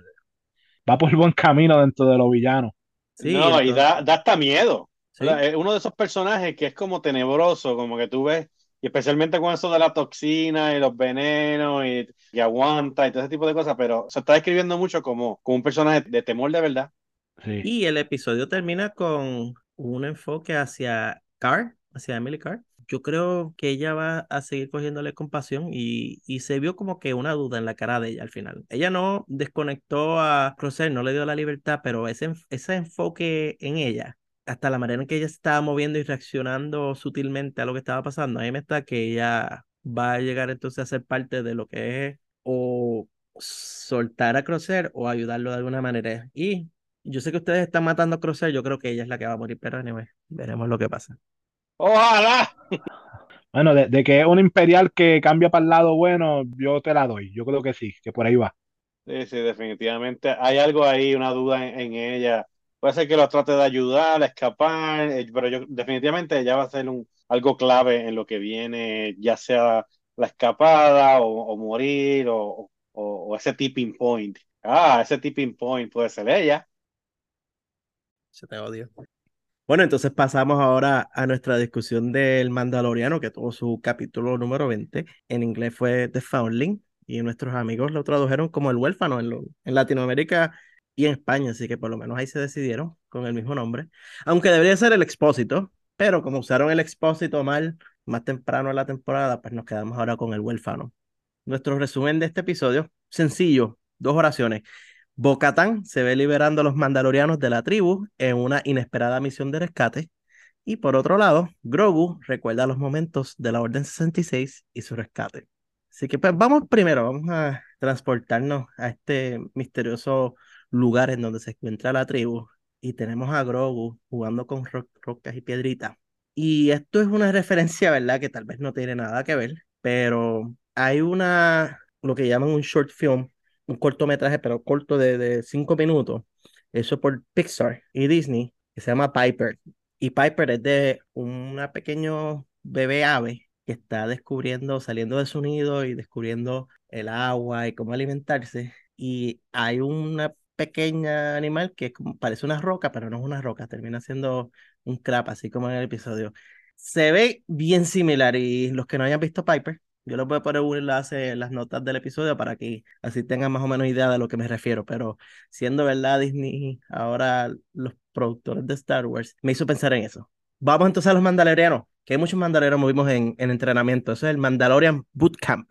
Va por buen camino dentro de los villanos. Sí, No, y entonces, da, da hasta miedo. ¿Verdad? sí. Es uno de esos personajes que es como tenebroso, como que tú ves, y especialmente con eso de la toxina y los venenos y, y aguanta y todo ese tipo de cosas, pero se está describiendo mucho como, como un personaje de temor de verdad. Sí. Y el episodio termina con un enfoque hacia Carr, hacia Emily Carr. Yo creo que ella va a seguir cogiéndole compasión y, y se vio como que una duda en la cara de ella al final. Ella no desconectó a Crosshair, no le dio la libertad, pero ese, enf- ese enfoque en ella, hasta la manera en que ella se estaba moviendo y reaccionando sutilmente a lo que estaba pasando, a mí me está que ella va a llegar entonces a ser parte de lo que es o soltar a Crosshair o ayudarlo de alguna manera. Y yo sé que ustedes están matando a Crosshair, yo creo que ella es la que va a morir, pero anyway, veremos lo que pasa. ¡Ojalá! Bueno, de, de que es un imperial que cambia para el lado bueno, yo te la doy. Yo creo que sí, que por ahí va. Sí, sí, definitivamente hay algo ahí, una duda en, en ella. Puede ser que lo trate de ayudar a escapar, eh, pero yo definitivamente ella va a ser un, algo clave en lo que viene, ya sea la escapada o, o morir o, o, o ese tipping point. ah, ese tipping point puede ser ella. Se te odio. Bueno, entonces pasamos ahora a nuestra discusión del Mandaloriano, que tuvo su capítulo número veinte. En inglés fue The Foundling, y nuestros amigos lo tradujeron como El Huérfano en, lo- en Latinoamérica y en España, así que por lo menos ahí se decidieron con el mismo nombre. Aunque debería ser El Expósito, pero como usaron El Expósito mal más temprano en la temporada, pues nos quedamos ahora con El Huérfano. Nuestro resumen de este episodio, sencillo, dos oraciones. Bo-Katan se ve liberando a los mandalorianos de la tribu en una inesperada misión de rescate. Y por otro lado, Grogu recuerda los momentos de la Orden sesenta y seis y su rescate. Así que pues vamos primero, vamos a transportarnos a este misterioso lugar en donde se encuentra la tribu. Y tenemos a Grogu jugando con ro- rocas y piedritas. Y esto es una referencia, ¿verdad? Que tal vez no tiene nada que ver, pero hay una, lo que llaman un short film, un cortometraje, pero corto de, de cinco minutos, eso por Pixar y Disney, que se llama Piper. Y Piper es de una pequeño bebé ave que está descubriendo, saliendo de su nido y descubriendo el agua y cómo alimentarse. Y hay una pequeña animal que es como- parece una roca, pero no es una roca, termina siendo un crab, así como en el episodio. Se ve bien similar y los que no hayan visto Piper, yo les voy a poner un enlace en las notas del episodio para que así tengan más o menos idea de lo que me refiero, pero siendo verdad Disney, ahora los productores de Star Wars, me hizo pensar en eso. Vamos entonces a los mandalorianos, que hay muchos mandalorianos vimos en, en entrenamiento, eso es el Mandalorian Bootcamp.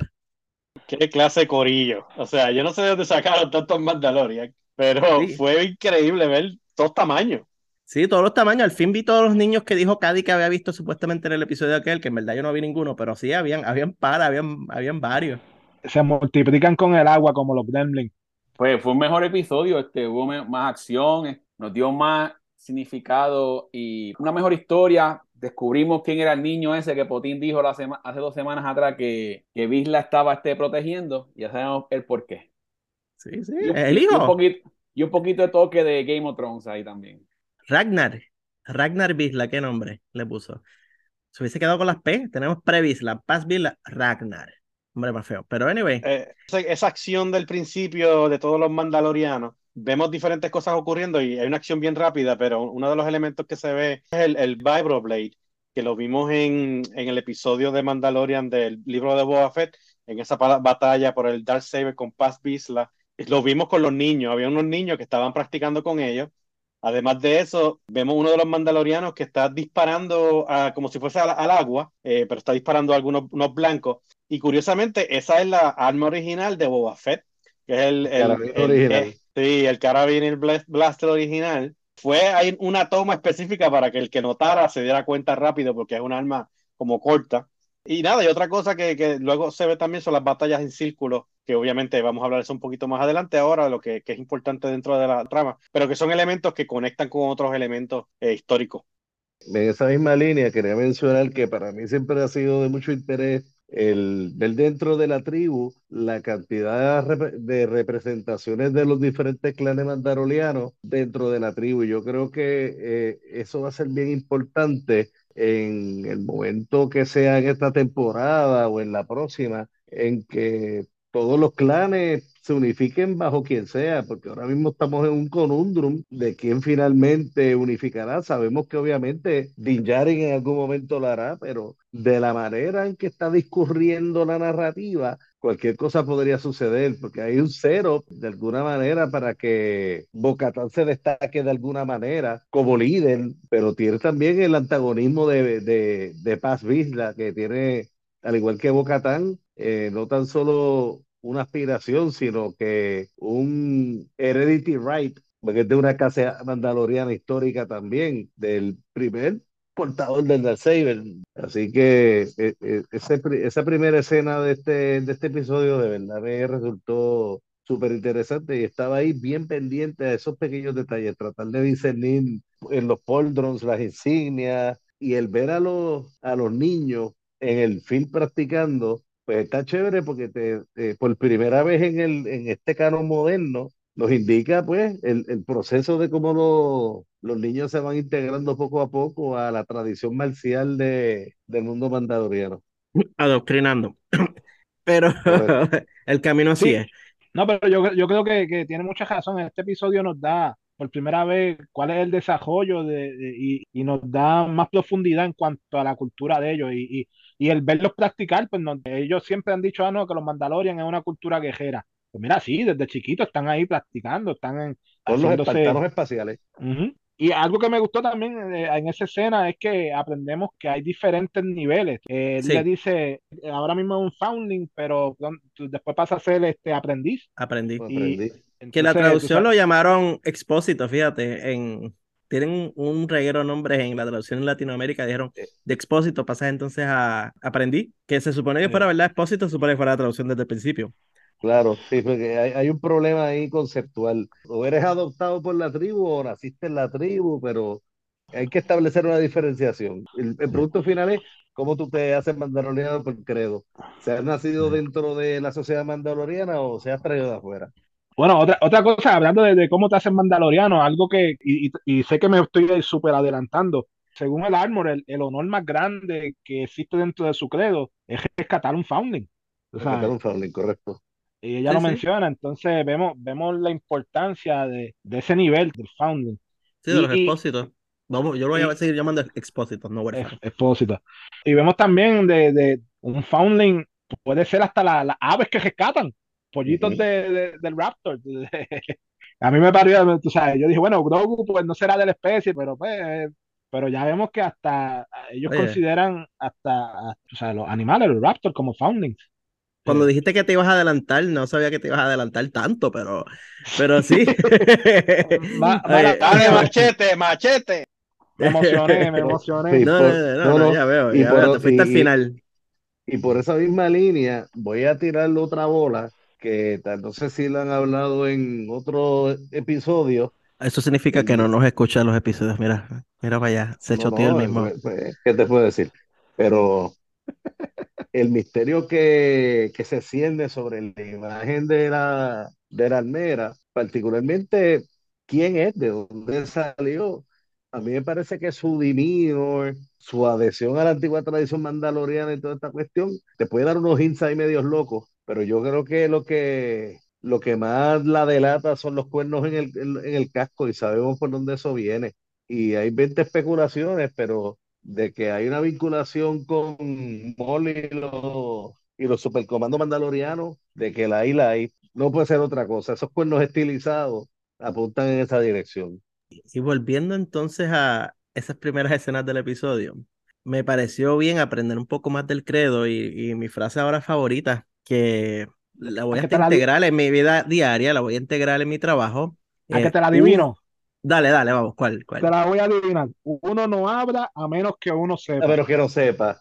Qué clase de corillo. O sea, yo no sé de dónde sacaron tantos Mandalorian, pero Sí, fue increíble ver todos tamaños. sí, todos los tamaños, al fin vi todos los niños que dijo Cady que había visto supuestamente en el episodio aquel, que en verdad yo no vi ninguno, pero sí, habían, habían par, habían, habían varios. Se multiplican con el agua como los gremlins. Pues fue un mejor episodio, este, hubo me- más acción, eh, nos dio más significado y una mejor historia. Descubrimos quién era el niño ese que Potín dijo la sema- hace dos semanas atrás que, que Vizsla estaba este, protegiendo. Ya sabemos el por qué. Sí, sí, Y un, el y, y un hijo, poquito, y un poquito de toque de Game of Thrones ahí también. Ragnar, Ragnar Vizsla, ¿qué nombre le puso? Se hubiese quedado con las P. Tenemos Previsla, Paz Vizsla, Ragnar. Hombre más feo. Pero anyway, Eh, esa, esa acción del principio de todos los Mandalorianos, vemos diferentes cosas ocurriendo y hay una acción bien rápida, pero uno de los elementos que se ve es el, el Vibroblade, que lo vimos en, en el episodio de Mandalorian del libro de Boba Fett, en esa pa- batalla por el Darksaber con Paz Vizsla. Lo vimos con los niños, había unos niños que estaban practicando con ellos. Además de eso, vemos uno de los mandalorianos que está disparando a- como si fuese al, al agua, eh, pero está disparando a algunos unos blancos. Y curiosamente, esa es la arma original de Boba Fett, que es el, El el, carabinero el, original. eh, sí, el Carabiner Blast- Blaster original. Fue ahí una toma específica para que el que notara se diera cuenta rápido, porque es un arma como corta. Y nada, y otra cosa que, que luego se ve también son las batallas en círculo, que obviamente vamos a hablar de eso un poquito más adelante ahora, lo que, que es importante dentro de la trama, pero que son elementos que conectan con otros elementos eh, históricos. En esa misma línea quería mencionar que para mí siempre ha sido de mucho interés el ver dentro de la tribu la cantidad de, rep- de representaciones de los diferentes clanes mandalorianos dentro de la tribu. Y yo creo que eh, eso va a ser bien importante en el momento que sea en esta temporada o en la próxima, en que todos los clanes se unifiquen bajo quien sea, porque ahora mismo estamos en un conundrum de quién finalmente unificará. Sabemos que obviamente Din Djarin en algún momento lo hará, pero de la manera en que está discurriendo la narrativa, cualquier cosa podría suceder, porque hay un cero de alguna manera para que Bo-Katan se destaque de alguna manera como líder, pero tiene también el antagonismo de, de, de Paz Vizsla, que tiene, al igual que Bo-Katan, eh, no tan solo una aspiración, sino que un heredity right, porque es de una casa mandaloriana histórica también, del primer portador del Darksaber. Así que eh, eh, ese pri- esa primera escena de este, de este episodio de verdad me resultó súper interesante y estaba ahí bien pendiente de esos pequeños detalles, tratar de discernir en los pauldrons las insignias y el ver a los, a los niños en el field practicando, pues está chévere porque te, eh, por primera vez en, el, en este canon moderno nos indica pues el, el proceso de cómo lo- los niños se van integrando poco a poco a la tradición marcial de, del mundo mandaloriano. adoctrinando. Pero Correcto. el camino así Sí, es. No, pero yo, yo creo que, que tiene mucha razón. Este episodio nos da por primera vez cuál es el desarrollo de, de- y, y nos da más profundidad en cuanto a la cultura de ellos. Y, y, y el verlos practicar, pues nos- ellos siempre han dicho, ah, no, que los Mandalorian es una cultura guerrera. Pues mira, sí, desde chiquitos están ahí practicando, están en- Son los haciéndose. espartanos espaciales. Ujú. Y algo que me gustó también eh, en esa escena es que aprendemos que hay diferentes niveles. Eh, él le Sí, dice, ahora mismo es un foundling, pero pron- después pasa a ser este aprendiz. aprendí. Lo Y aprendí. Que la entonces, tú traducción sabes, lo llamaron expósito, fíjate, en... Tienen un reguero de nombres en la traducción en Latinoamérica, dijeron Eh, de expósito, pasas entonces a aprendí, que se supone que fuera eh, verdad expósito, se supone que fuera la traducción desde el principio. Claro, sí, porque hay, hay un problema ahí conceptual. O eres adoptado por la tribu o naciste en la tribu, pero hay que establecer una diferenciación. El, el sí, producto final es cómo tú te haces mandaloriano por credo. ¿Se has nacido sí. dentro de la sociedad mandaloriana o se has traído de afuera? Bueno, otra, otra cosa, hablando de, de cómo te hacen mandaloriano, algo que, y, y- y sé que me estoy súper adelantando. Según el Armor, el, el honor más grande que existe dentro de su credo es rescatar un founding. O Rescatar sea, un founding, correcto. y ella Sí, lo sí, menciona, entonces vemos, vemos la importancia de, de ese nivel del founding. sí, de los Y, expósitos. Vamos, yo lo y, voy a y seguir llamando expósitos, no es, huérfanos. expósito. Y vemos también de, de un foundling, puede ser hasta la- las aves que rescatan, pollitos Ujú. de, de- del Raptor. A mí me parió, tú sabes, yo dije, bueno, Grogu pues no será de la especie, pero pues, pero ya vemos que hasta ellos Oye, consideran hasta, tú sabes, los animales, los Raptor como foundlings. cuando Eh, dijiste que te ibas a adelantar, no sabía que te ibas a adelantar tanto, pero, pero sí. ma- mala Oye, Dale, mía, machete, machete. me emocioné, me No, emocioné. sí, no, no, por, no, no, no, no, no. ya veo, Y ya por, veo, te o- fuiste al y, y, final. y por esa misma línea voy a tirarle otra bola que tal- no sé si la han hablado en otro episodio. Eso significa El, que no mi- nos escucha los episodios. Mira, mira para allá, se no, choteó el no, eh, mismo. pues, pues, ¿qué te puedo decir? Pero el misterio que, que se cierne sobre la imagen de la, de la almera, particularmente quién es, de dónde salió. A mí me parece que su demeanor, su adhesión a la antigua tradición mandaloriana y toda esta cuestión, te puede dar unos hints ahí medios locos, pero yo creo que lo que, lo que más la delata son los cuernos en el, en, en el casco y sabemos por dónde eso viene. Y hay veinte especulaciones, pero de que hay una vinculación con Molly y los, y los supercomandos mandalorianos, de que la hay, la hay. No puede ser otra cosa. Esos cuernos estilizados apuntan en esa dirección. Y volviendo entonces a esas primeras escenas del episodio, me pareció bien aprender un poco más del credo y, y mi frase ahora favorita, que la voy ¿A qué hasta te la, di- integrar en mi vida diaria, la voy a integrar en mi trabajo. a qué eh, te la un... adivino? Dale, dale, vamos, ¿cuál, Te cuál? la voy a adivinar. Uno no habla a menos que uno A sepa. menos que no sepa.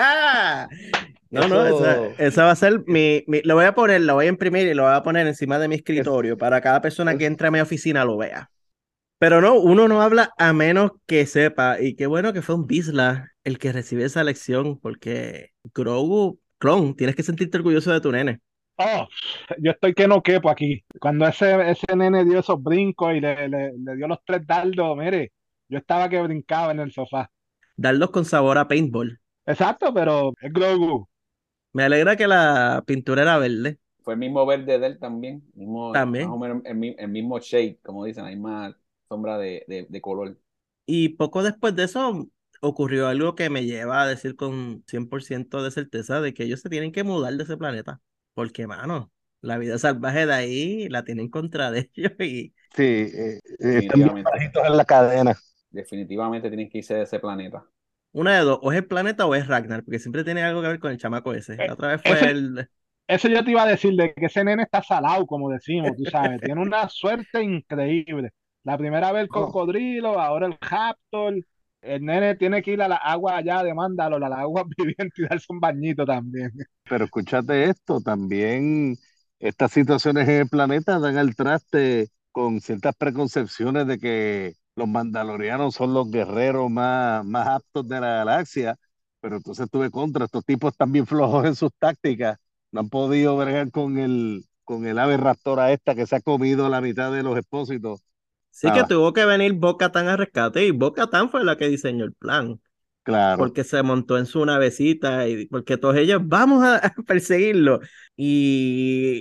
No, no, esa, Eso, esa va a ser es- mi, mi- lo voy a poner, lo voy a imprimir y lo voy a poner encima de mi es- escritorio para cada persona que es- entre a mi oficina lo vea. Pero no, uno no habla a menos que sepa. Y qué bueno que fue un Bisla el que recibe esa lección, porque Grogu, clon, tienes que sentirte orgulloso de tu nene. Oh, yo estoy que no quepo aquí. Cuando ese, ese nene dio esos brincos y le, le, le dio los tres dardos, mire, yo estaba que brincaba en el sofá. Darlos con sabor a paintball. Exacto, pero es Grogu. Me alegra que la pintura era verde Fue el mismo verde de él también, mismo, más o también. menos el, mi- el mismo shade, como dicen, la misma sombra de, de, de color. Y poco después de eso ocurrió algo que me lleva a decir con cien por ciento de certeza de que ellos se tienen que mudar de ese planeta. Porque, mano, la vida salvaje de ahí la tienen contra de ellos y sí, eh, eh, están bien Definitivamente, bajitos en la cadena. definitivamente tienen que irse de ese planeta. una de dos, o es el planeta o es Ragnar, porque siempre tiene algo que ver con el chamaco ese. Eh, La otra vez Eso, fue el... eso yo te iba a decir, de que ese nene está salado, como decimos, tú sabes, tiene una suerte increíble. La primera vez el No, cocodrilo, ahora el raptor. El nene tiene que ir a la agua allá de Mandalor, a la agua viviente y darse un bañito también. pero escúchate esto, también estas situaciones en el planeta dan al traste con ciertas preconcepciones de que los mandalorianos son los guerreros más, más aptos de la galaxia, pero entonces tuve contra, estos tipos están bien flojos en sus tácticas, no han podido bregar con el, con el ave raptora esta que se ha comido la mitad de los expósitos. Sí que Nada, tuvo que venir Bo-Katan a rescate y Bo-Katan fue la que diseñó el plan, claro. porque se montó en su navecita y porque todos ellos vamos a, a perseguirlo. Y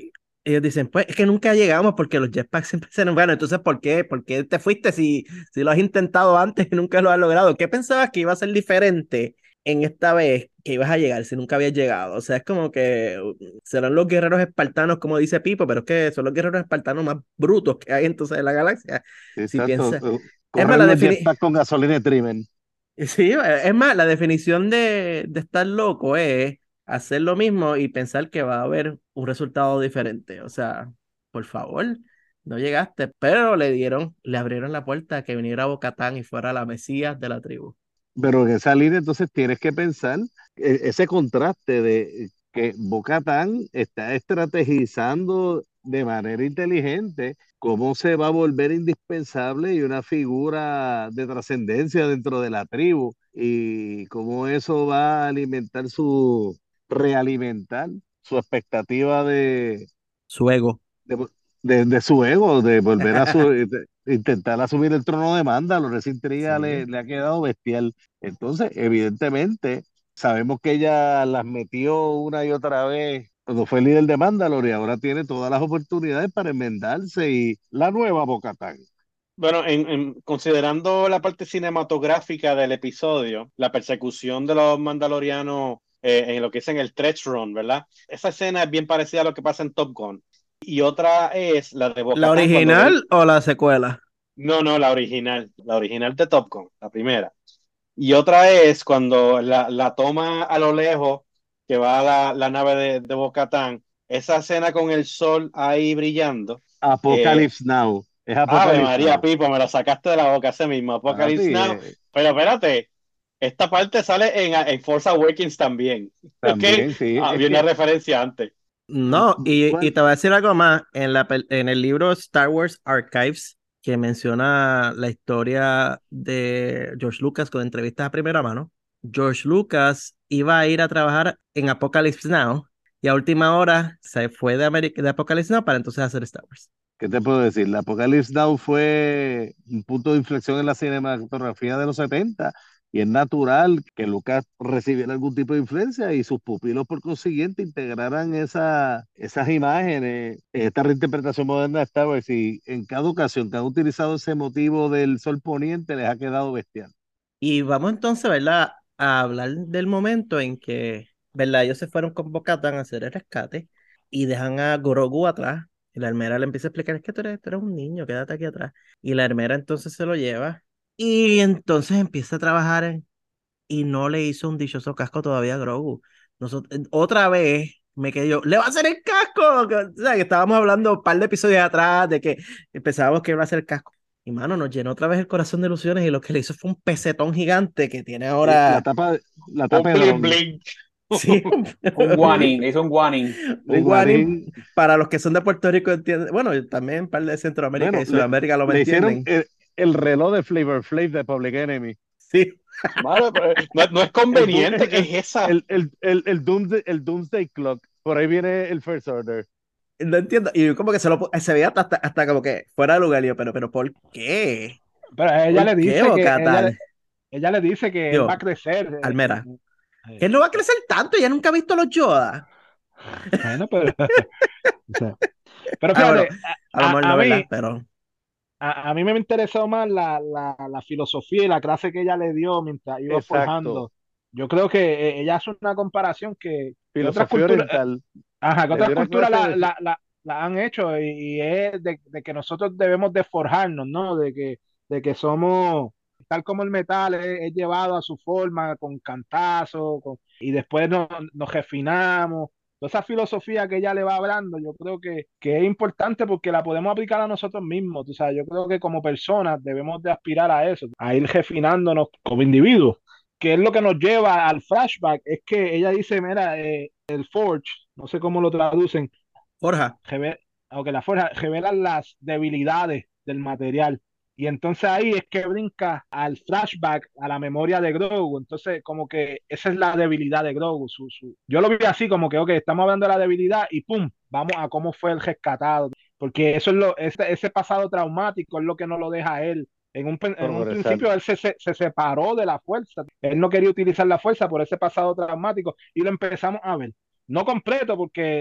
ellos dicen, pues es que nunca llegamos porque los jetpacks siempre se nos... Bueno, entonces, ¿por qué? ¿Por qué te fuiste si, si lo has intentado antes y nunca lo has logrado? ¿Qué pensabas que iba a ser diferente en esta vez que ibas a llegar si nunca habías llegado? O sea, es como que uh, serán los guerreros espartanos, como dice Pipo, pero es que son los guerreros espartanos más brutos que hay entonces en la galaxia. Si Exacto. piensas... eh, Es más, Corren la los defini... jetpacks con gasolina de trimen. Sí, es más, la definición de, de estar loco es hacer lo mismo y pensar que va a haber un resultado diferente. O sea, por favor, no llegaste, pero le dieron, le abrieron la puerta a que viniera Bocatán y fuera la Mesías de la tribu. Pero en esa línea entonces tienes que pensar eh, ese contraste de que Bo-Katan está estrategizando de manera inteligente cómo se va a volver indispensable y una figura de trascendencia dentro de la tribu y cómo eso va a alimentar su, realimentar su expectativa de, Su ego. de, de- de su ego, de volver a su, de intentar asumir el trono de Mandalore. Esa intriga le, Sí. le ha quedado bestial. Entonces, evidentemente, sabemos que ella las metió una y otra vez cuando fue líder de Mandalore y ahora tiene todas las oportunidades para enmendarse y la nueva Bo-Katan. Bueno, en, en- considerando la parte cinematográfica del episodio, la persecución de los mandalorianos eh, en lo que es en el Stretch Run, ¿verdad? Esa escena es bien parecida a lo que pasa en Top Gun. Y otra es la de ¿La Bo-Katan cuando él... original o la secuela? No, no, la original, la original de Top Gun, la primera. Y otra es cuando la, la toma a lo lejos, que va a la, la nave de, de Bo-Katan, esa escena con el sol ahí brillando. eh, Apocalypse Now. Es Ave Apocalypse María, Now. Pipo, me lo sacaste de la boca ese mismo, Papi, Apocalypse Now. eh, Pero espérate, esta parte sale en, en Force Awakens también. Ok, también, sí. Es había una que, referencia antes. No, y, y ¿cuál? te voy a decir algo más. En la, pel- en el libro Star Wars Archives, que menciona la historia de George Lucas con entrevistas a primera mano, George Lucas iba a ir a trabajar en Apocalypse Now y a última hora se fue de, Ameri- de Apocalypse Now para entonces hacer Star Wars. ¿Qué te puedo decir? La Apocalypse Now fue un punto de inflexión en la cinematografía de los setenta y es natural que Lucas recibiera algún tipo de influencia y sus pupilos por consiguiente integraran esa, esas imágenes, esta reinterpretación moderna de Star Wars y en cada ocasión que han utilizado ese motivo del sol poniente les ha quedado bestial. Y vamos entonces, ¿verdad? A hablar del momento en que, ¿verdad? Ellos se fueron con Bo-Katan a hacer el rescate y dejan a Grogu atrás. Y la hermera le empieza a explicar, es que tú eres, tú eres un niño, quédate aquí atrás. Y la hermera entonces se lo lleva y entonces empieza a trabajar en- y no le hizo un dichoso casco todavía a Grogu. Nosotros, otra vez me quedé yo, ¡le va a hacer el casco! Que, o sea, que estábamos hablando un par de episodios atrás de que pensábamos que iba a hacer el casco. Y mano, nos llenó otra vez el corazón de ilusiones y lo que le hizo fue un pesetón gigante que tiene Sí, la ahora, tapa, la Un tapa de bling dron, bling. sí, Un guanin, le hizo un guanin. un un guanín guarín. para los que son de Puerto Rico entienden, bueno, también un par de Centroamérica Bueno, y le, Sudamérica lo me le hicieron entienden. el, el reloj de Flavor Flav de Public Enemy. Sí, Madre, pero no, no es El, pu- conveniente, el, ¿qué es el, esa? el, el, el, el Doomsday, el Doomsday Clock. Por ahí viene el First Order. no entiendo. Y como que se, lo, pu- se veía hasta, hasta como que fuera de lugar. Y yo, pero, pero, ¿por qué? Pero ella le ¿Por qué, dice que ella, le- Bocatán? ella le dice que él va a Digo, crecer. eh, Almera, eh, que él no va a crecer tanto, ya nunca ha visto los Yoda. Bueno, pero, o sea, pero Ah, bueno, fíjate, a lo a, mejor a, no, a mí, ¿verdad? Pero a, a mí me interesó más la, la, la filosofía y la clase que ella le dio mientras iba Exacto. forjando. Yo creo que eh, ella hace una comparación que, que otras Filosofía culturas, eh, oriental. ajá, que Le otras dio una culturas clase la, de... fi- la, la, la han hecho y, y es de, de que nosotros debemos de forjarnos, ¿no? De que, de que somos, tal como el metal es, es llevado a su forma, con cantazos, con- y después nos, nos refinamos. Toda esa filosofía que ella le va hablando, yo creo que, que es importante porque la podemos aplicar a nosotros mismos. O sea, yo creo que como personas debemos de aspirar a eso, a ir refinándonos como individuos. Que es lo que nos lleva al flashback, es que ella dice, mira, eh, el Forge, no sé cómo lo traducen, Forja, reve- aunque la fuerza revela las debilidades del material. Y entonces ahí es que brinca al flashback, a la memoria de Grogu. Entonces, como que esa es la debilidad de Grogu. Su, su... Yo lo vi así, como que, ok, estamos hablando de la debilidad y pum, vamos a cómo fue el rescatado. Porque eso es lo, ese, ese pasado traumático es lo que no lo deja a él. En un, pen- en un Progresar. principio él se, se, se separó de la fuerza. Él no quería utilizar la fuerza por ese pasado traumático y lo empezamos a ver. No completo, porque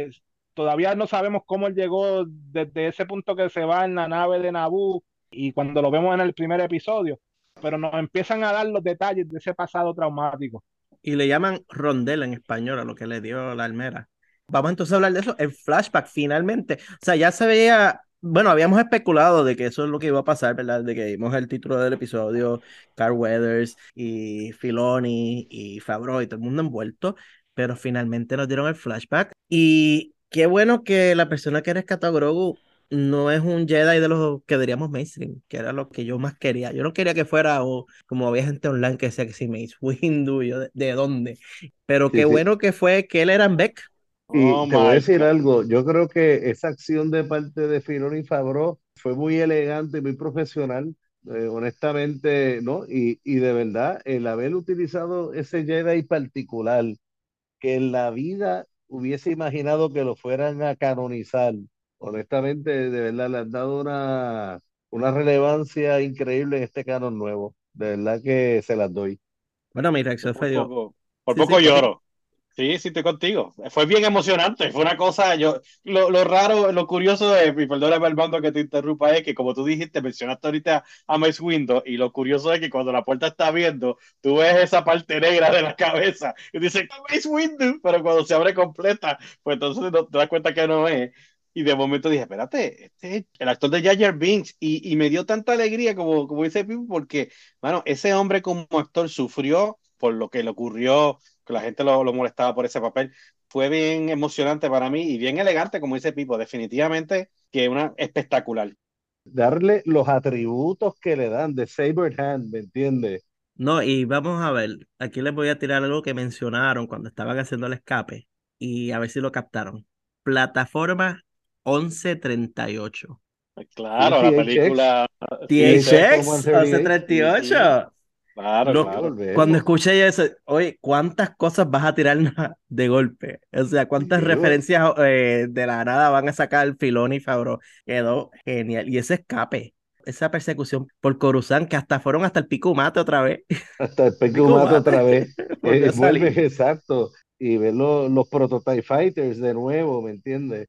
todavía no sabemos cómo él llegó desde ese punto que se va en la nave de Naboo y cuando lo vemos en el primer episodio, pero nos empiezan a dar los detalles de ese pasado traumático. Y le llaman rondel en español a lo que le dio la almera. Vamos entonces a hablar de eso, el flashback finalmente. O sea, ya se veía, bueno, habíamos especulado de que eso es lo que iba a pasar, ¿verdad? De que vimos el título del episodio, Carl Weathers y Filoni y Favreau y todo el mundo envuelto, pero finalmente nos dieron el flashback. Y qué bueno que la persona que rescató a Grogu no es un Jedi de los que diríamos mainstream, que era lo que yo más quería. Yo no quería que fuera, o como había gente online que decía que si Mace Windu, yo de, ¿de dónde? Pero Sí, qué sí. bueno que fue que él era en Beck. Oh Y te voy a my decir God. algo, yo creo que esa acción de parte de Filoni y Favreau fue muy elegante y muy profesional, eh, honestamente, ¿no? Y, y de verdad, el haber utilizado ese Jedi particular, que en la vida hubiese imaginado que lo fueran a canonizar, honestamente, de verdad, le han dado una, una relevancia increíble en este canon nuevo, de verdad que se las doy. Bueno, mi Yo reacción por fue, digo, poco, por sí, sí, poco papi. lloro. Sí, sí, estoy contigo. Fue bien emocionante, fue una cosa, yo, lo, lo raro, lo curioso de, y perdóname Armando que te interrumpa, es que como tú dijiste, mencionaste ahorita a Mace Windu, y lo curioso es que cuando la puerta está abriendo, tú ves esa parte negra de la cabeza, y dices, Mace Windu, pero cuando se abre completa, pues entonces no, te das cuenta que no es. Y de momento dije, espérate, este es el actor de Jar Jar Binks, y, y me dio tanta alegría, como, como dice Pipo, porque, bueno, ese hombre como actor sufrió por lo que le ocurrió, que la gente lo, lo molestaba por ese papel. Fue bien emocionante para mí y bien elegante, como dice Pipo, definitivamente que una espectacular. Darle los atributos que le dan de Saber Hand, ¿me entiendes? No, y vamos a ver, aquí les voy a tirar algo que mencionaron cuando estaban haciendo el escape y a ver si lo captaron. Plataforma once treinta y ocho. Claro, la T H X, película sí, T H X T H X one thirty-eight. sí, sí, once treinta y ocho. claro, Lo, Sí, claro. cuando volvemos. escuché eso, oye, ¿cuántas cosas vas a tirar de golpe? O sea, ¿cuántas Sí, bo- referencias eh, de la nada van a sacar Filoni y Favreau? Quedó genial. Y ese escape, esa persecución por Coruscant, que hasta fueron hasta el Pico Mate otra vez. hasta el Peco Pico Mate Mate otra vez. volvió Eh, a vuelve salir. exacto. Y ver lo- los Prototype Fighters de nuevo, ¿me entiendes?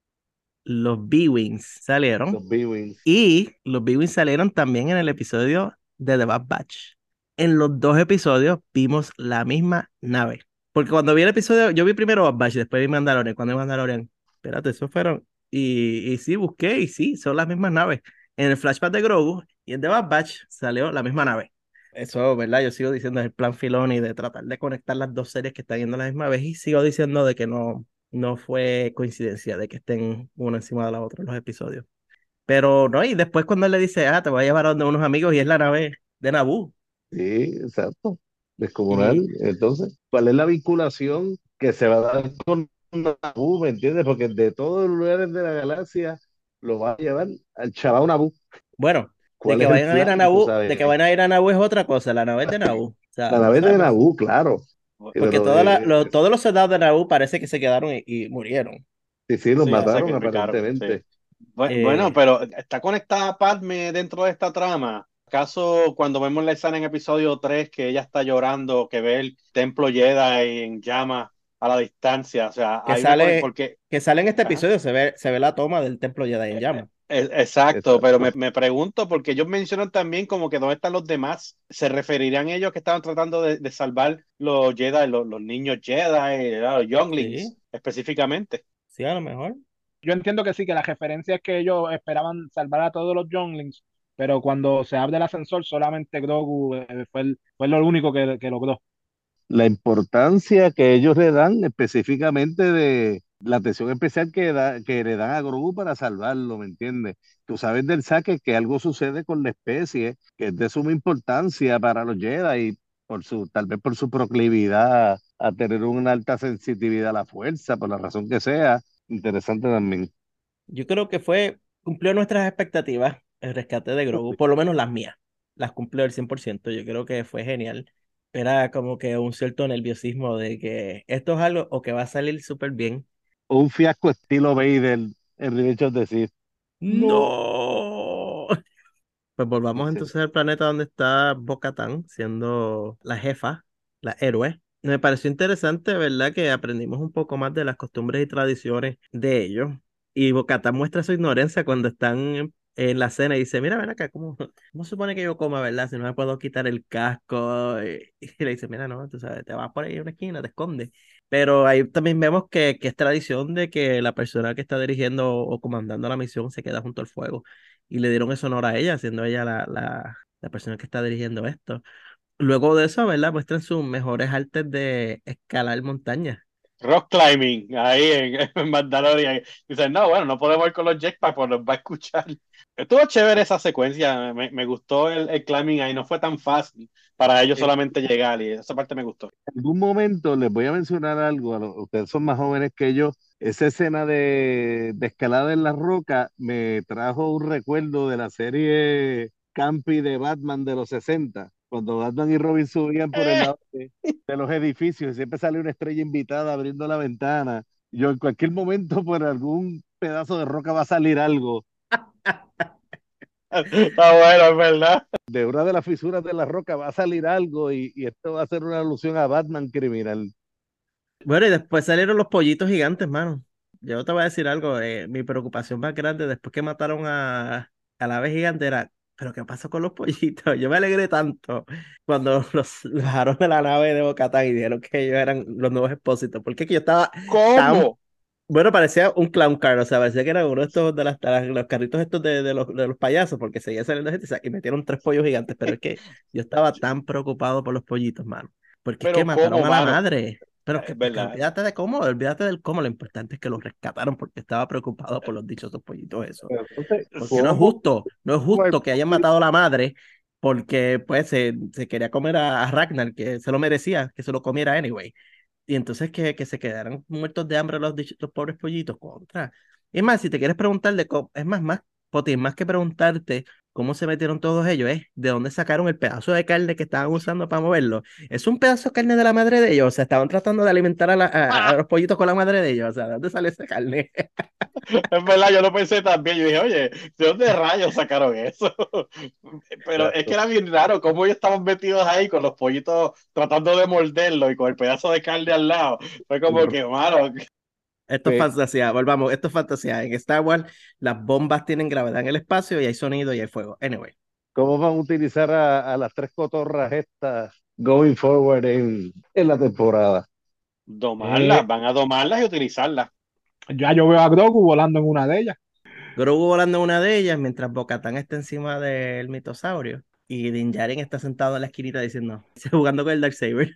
Los B-Wings salieron. Los B-Wings. Y los B-Wings salieron también en el episodio de The Bad Batch. En los dos episodios vimos la misma nave. Porque cuando vi el episodio, yo vi primero Bad Batch y después vi Mandalorian. Cuando vi Mandalorian, espérate, eso fueron. Y, y sí, busqué y sí, son las mismas naves. En el flashback de Grogu y en The Bad Batch salió la misma nave. Eso, ¿verdad? Yo sigo diciendo es el plan Filoni de tratar de conectar las dos series que están yendo a la misma vez y sigo diciendo de que no, no fue coincidencia de que estén una encima de la otra los episodios. Pero no, y después cuando él le dice, ah, te voy a llevar a donde unos amigos y es la nave de Naboo. Sí, exacto. Descomunal. Y Entonces, ¿cuál es la vinculación que se va a dar con Naboo, ¿me entiendes? Porque de todos los lugares de la galaxia lo va a llevar al chaval Naboo. bueno, de ¿Cuál que es el vayan a ir a plan? Tú Naboo, de sabes. que vayan a ir a Naboo es otra cosa, la nave es de Naboo. O La sea, nave de ¿sabes? Naboo, claro. Sí, Porque pero toda la- eh, lo- es- todos los soldados de Naboo parece que se quedaron y, y murieron. sí, sí, los Sí, se mataron sacrificaron, sí. aparentemente. Bu- Bueno, Eh, pero ¿está conectada Padme dentro de esta trama? ¿Acaso cuando vemos la escena en episodio tres que ella está llorando, que ve el templo Jedi en llamas a la distancia? O sea, que hay una conexión, sale, porque... que sale en este Ajá. episodio, se ve, se ve la toma del templo Jedi en Eh, eh, llamas. eh, Exacto, pero me, Exacto. me pregunto, porque ellos mencionan también como que dónde están los demás. ¿Se referirían ellos que estaban tratando de, de salvar los Jedi, los, los niños Jedi, los Sí, younglings específicamente? sí, a lo mejor. Yo entiendo que sí, que la referencia es que ellos esperaban salvar a todos los Younglings, pero cuando se abre el ascensor, solamente Grogu eh, fue, el- fue lo único que, que logró. La importancia que ellos le dan específicamente de la atención especial que, da, que le dan a Grogu para salvarlo, ¿me entiendes? Tú sabes del saque que algo sucede con la especie que es de suma importancia para los Jedi, por su, tal vez por su proclividad a tener una alta sensitividad a la fuerza, por la razón que sea. Interesante también. Yo creo que fue, cumplió nuestras expectativas el rescate de Grogu, por lo menos las mías. Las cumplió al cien por ciento. Yo creo que fue genial. Era como que un cierto nerviosismo de que esto es algo o que va a salir súper bien. Un fiasco estilo Vader en Revenge of the Sith. No. ¡No! Pues volvamos entonces al planeta donde está Bo-Katan, siendo la jefa, la héroe. Me pareció interesante, ¿verdad? Que aprendimos un poco más de las costumbres y tradiciones de ellos. Y Bocatán muestra su ignorancia cuando están en, en la cena y dice, mira, ven acá, ¿cómo, cómo se supone que yo coma, verdad? Si no me puedo quitar el casco. Y, y le dice, mira, no, tú sabes, te vas por ahí a una esquina, te escondes. Pero ahí también vemos que, que es tradición de que la persona que está dirigiendo o comandando la misión se queda junto al fuego. Y le dieron ese honor a ella, siendo ella la, la, la persona que está dirigiendo esto. Luego de eso, ¿verdad? Muestran sus mejores artes de escalar montañas. Rock climbing, ahí en, en Mandalorian. Dicen, no, bueno, no podemos ir con los jetpacks, pues nos va a escuchar. Estuvo chévere esa secuencia, me, me gustó el, el climbing ahí, no fue tan fácil para ellos En solamente llegar y esa parte me gustó. algún momento les voy a mencionar algo, a los- ustedes son más jóvenes que yo. Esa escena de, de escalada en la roca me trajo un recuerdo de la serie Campy de Batman de los sesenta, cuando Batman y Robin subían por el Eh, lado de, de los edificios y siempre salía una estrella invitada abriendo la ventana. Yo en cualquier momento por algún pedazo de roca va a salir algo. está bueno, es verdad. De una de las fisuras de la roca va a salir algo y, y esto va a ser una alusión a Batman criminal. Bueno, y después salieron los pollitos gigantes, mano. Yo te voy a decir algo, eh, mi preocupación más grande después que mataron a, a la ave gigante era, ¿pero qué pasó con los pollitos? Yo me alegré tanto cuando los, los bajaron de la nave de Bocatán y dijeron que ellos eran los nuevos expósitos, porque es que yo estaba tan, ¿Cómo? bueno, parecía un clown car, o sea, parecía que era uno de estos, de las, de las- los carritos estos de, de los, de los payasos, porque seguía saliendo gente, o sea, y metieron tres pollos gigantes, pero es que yo estaba tan preocupado por los pollitos, mano, porque es que Pero mataron ¿cómo, a la mano? madre. Pero que, Es que verdad. olvídate de cómo, olvídate del cómo, lo importante es que los rescataron porque estaba preocupado por los dichosos pollitos eso. Pero entonces, Porque no es ¿cómo, justo, no es cómo el justo que hayan matado a la madre porque pues se, se quería comer a, a Ragnar, que se lo merecía, que se lo comiera anyway. Y entonces que, que se quedaran muertos de hambre los, dich- los pobres pollitos contra. Es más, si te quieres preguntar de cómo, es más, más, Poti, más que preguntarte cómo se metieron todos ellos, es de dónde sacaron el pedazo de carne que estaban usando para moverlo. Es un pedazo de carne de la madre de ellos, o sea, estaban tratando de alimentar a, la- a- a los pollitos con la madre de ellos, o sea, ¿de dónde sale esa carne? Es verdad, yo lo pensé también. Yo dije, oye, ¿de dónde rayos sacaron eso? Pero es que Exacto. era bien raro cómo ellos estaban metidos ahí con los pollitos tratando de morderlo y con el pedazo de carne al lado. Fue como que, mano, Esto es Pues, fantasía, volvamos, esto es fantasía. En Star Wars las bombas tienen gravedad en el espacio y hay sonido y hay fuego. Anyway, ¿cómo van a utilizar a, a las tres cotorras estas going forward en, en la temporada? domarlas, Eh, van a domarlas y utilizarlas. ya yo veo a Grogu volando en una de ellas. Grogu volando en una de ellas mientras Bo-Katan está encima del mitosaurio y Din Djarin está sentado en la esquinita diciendo, jugando con el Darksaber.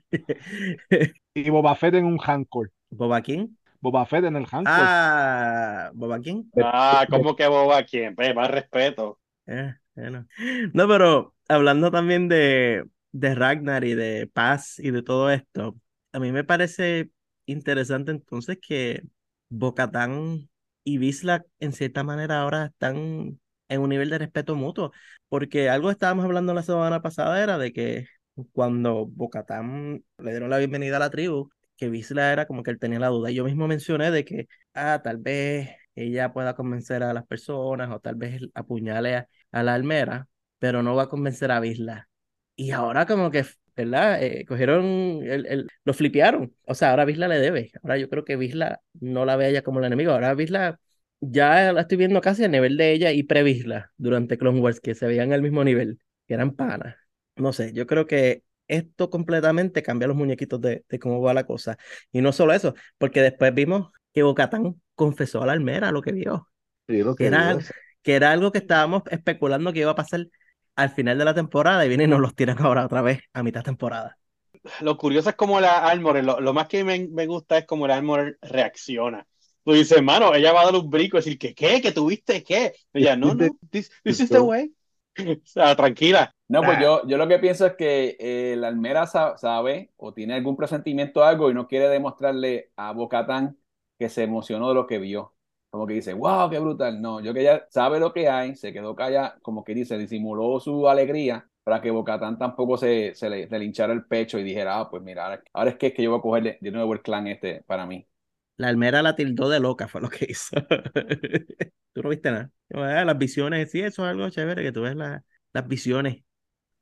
Y Boba Fett en un Rancor. ¿Boba quién? Boba Fett en el Rancor. Ah, ¿Boba quién? De- Ah, de- ¿cómo que boba quién? Ve, más respeto. Eh, bueno. No, pero hablando también de, de Ragnar y de Paz y de todo esto, a mí me parece interesante entonces que Bo-Katan y Vizsla en cierta manera ahora están en un nivel de respeto mutuo, porque algo que estábamos hablando la semana pasada era de que cuando Bo-Katan le dieron la bienvenida a la tribu, que Vizsla era como que él tenía la duda. Y yo mismo mencioné de que, ah, tal vez ella pueda convencer a las personas o tal vez apuñale a a la almera, pero no va a convencer a Vizsla. Y ahora como que, ¿verdad? Eh, cogieron, el, el- lo flipearon. O sea, ahora Vizsla le debe. Ahora yo creo que Vizsla no la ve a ella como la enemiga. Ahora Vizsla ya la estoy viendo casi a nivel de ella y pre-Vizsla durante Clone Wars, que se veían al mismo nivel, que eran panas. No sé, yo creo que esto completamente cambia los muñequitos de, de cómo va la cosa. Y no solo eso, porque después vimos que Bo-Katan confesó a la almera lo que vio sí, lo que que era, vio. al- que era algo que estábamos especulando que iba a pasar al final de la temporada y vienen y nos los tiran ahora otra vez a mitad temporada. Lo curioso es como la Armor, lo, lo más que me, me gusta es como la Armor reacciona. Tú dices, mano, ella va a dar un brinco y decir, ¿qué, qué? ¿Que tuviste qué? Ella, no, no, this, this is the way. O sea, tranquila. No, pues Ah, yo, yo lo que pienso es que eh, la almera sa- sabe o tiene algún presentimiento de algo y no quiere demostrarle a Bo-Katan que se emocionó de lo que vio. Como que dice, wow, qué brutal. No, yo que ella sabe lo que hay, se quedó callada, como que dice, disimuló su alegría para que Bo-Katan tampoco se, se le, le hinchara el pecho y dijera, ah, pues mira, ahora, ahora es que es que yo voy a cogerle de nuevo el clan este para mí. La almera la tildó de loca, fue lo que hizo. Tú no viste nada. Yo, "Ah, las visiones, sí, eso es algo chévere, que tú ves la- las visiones.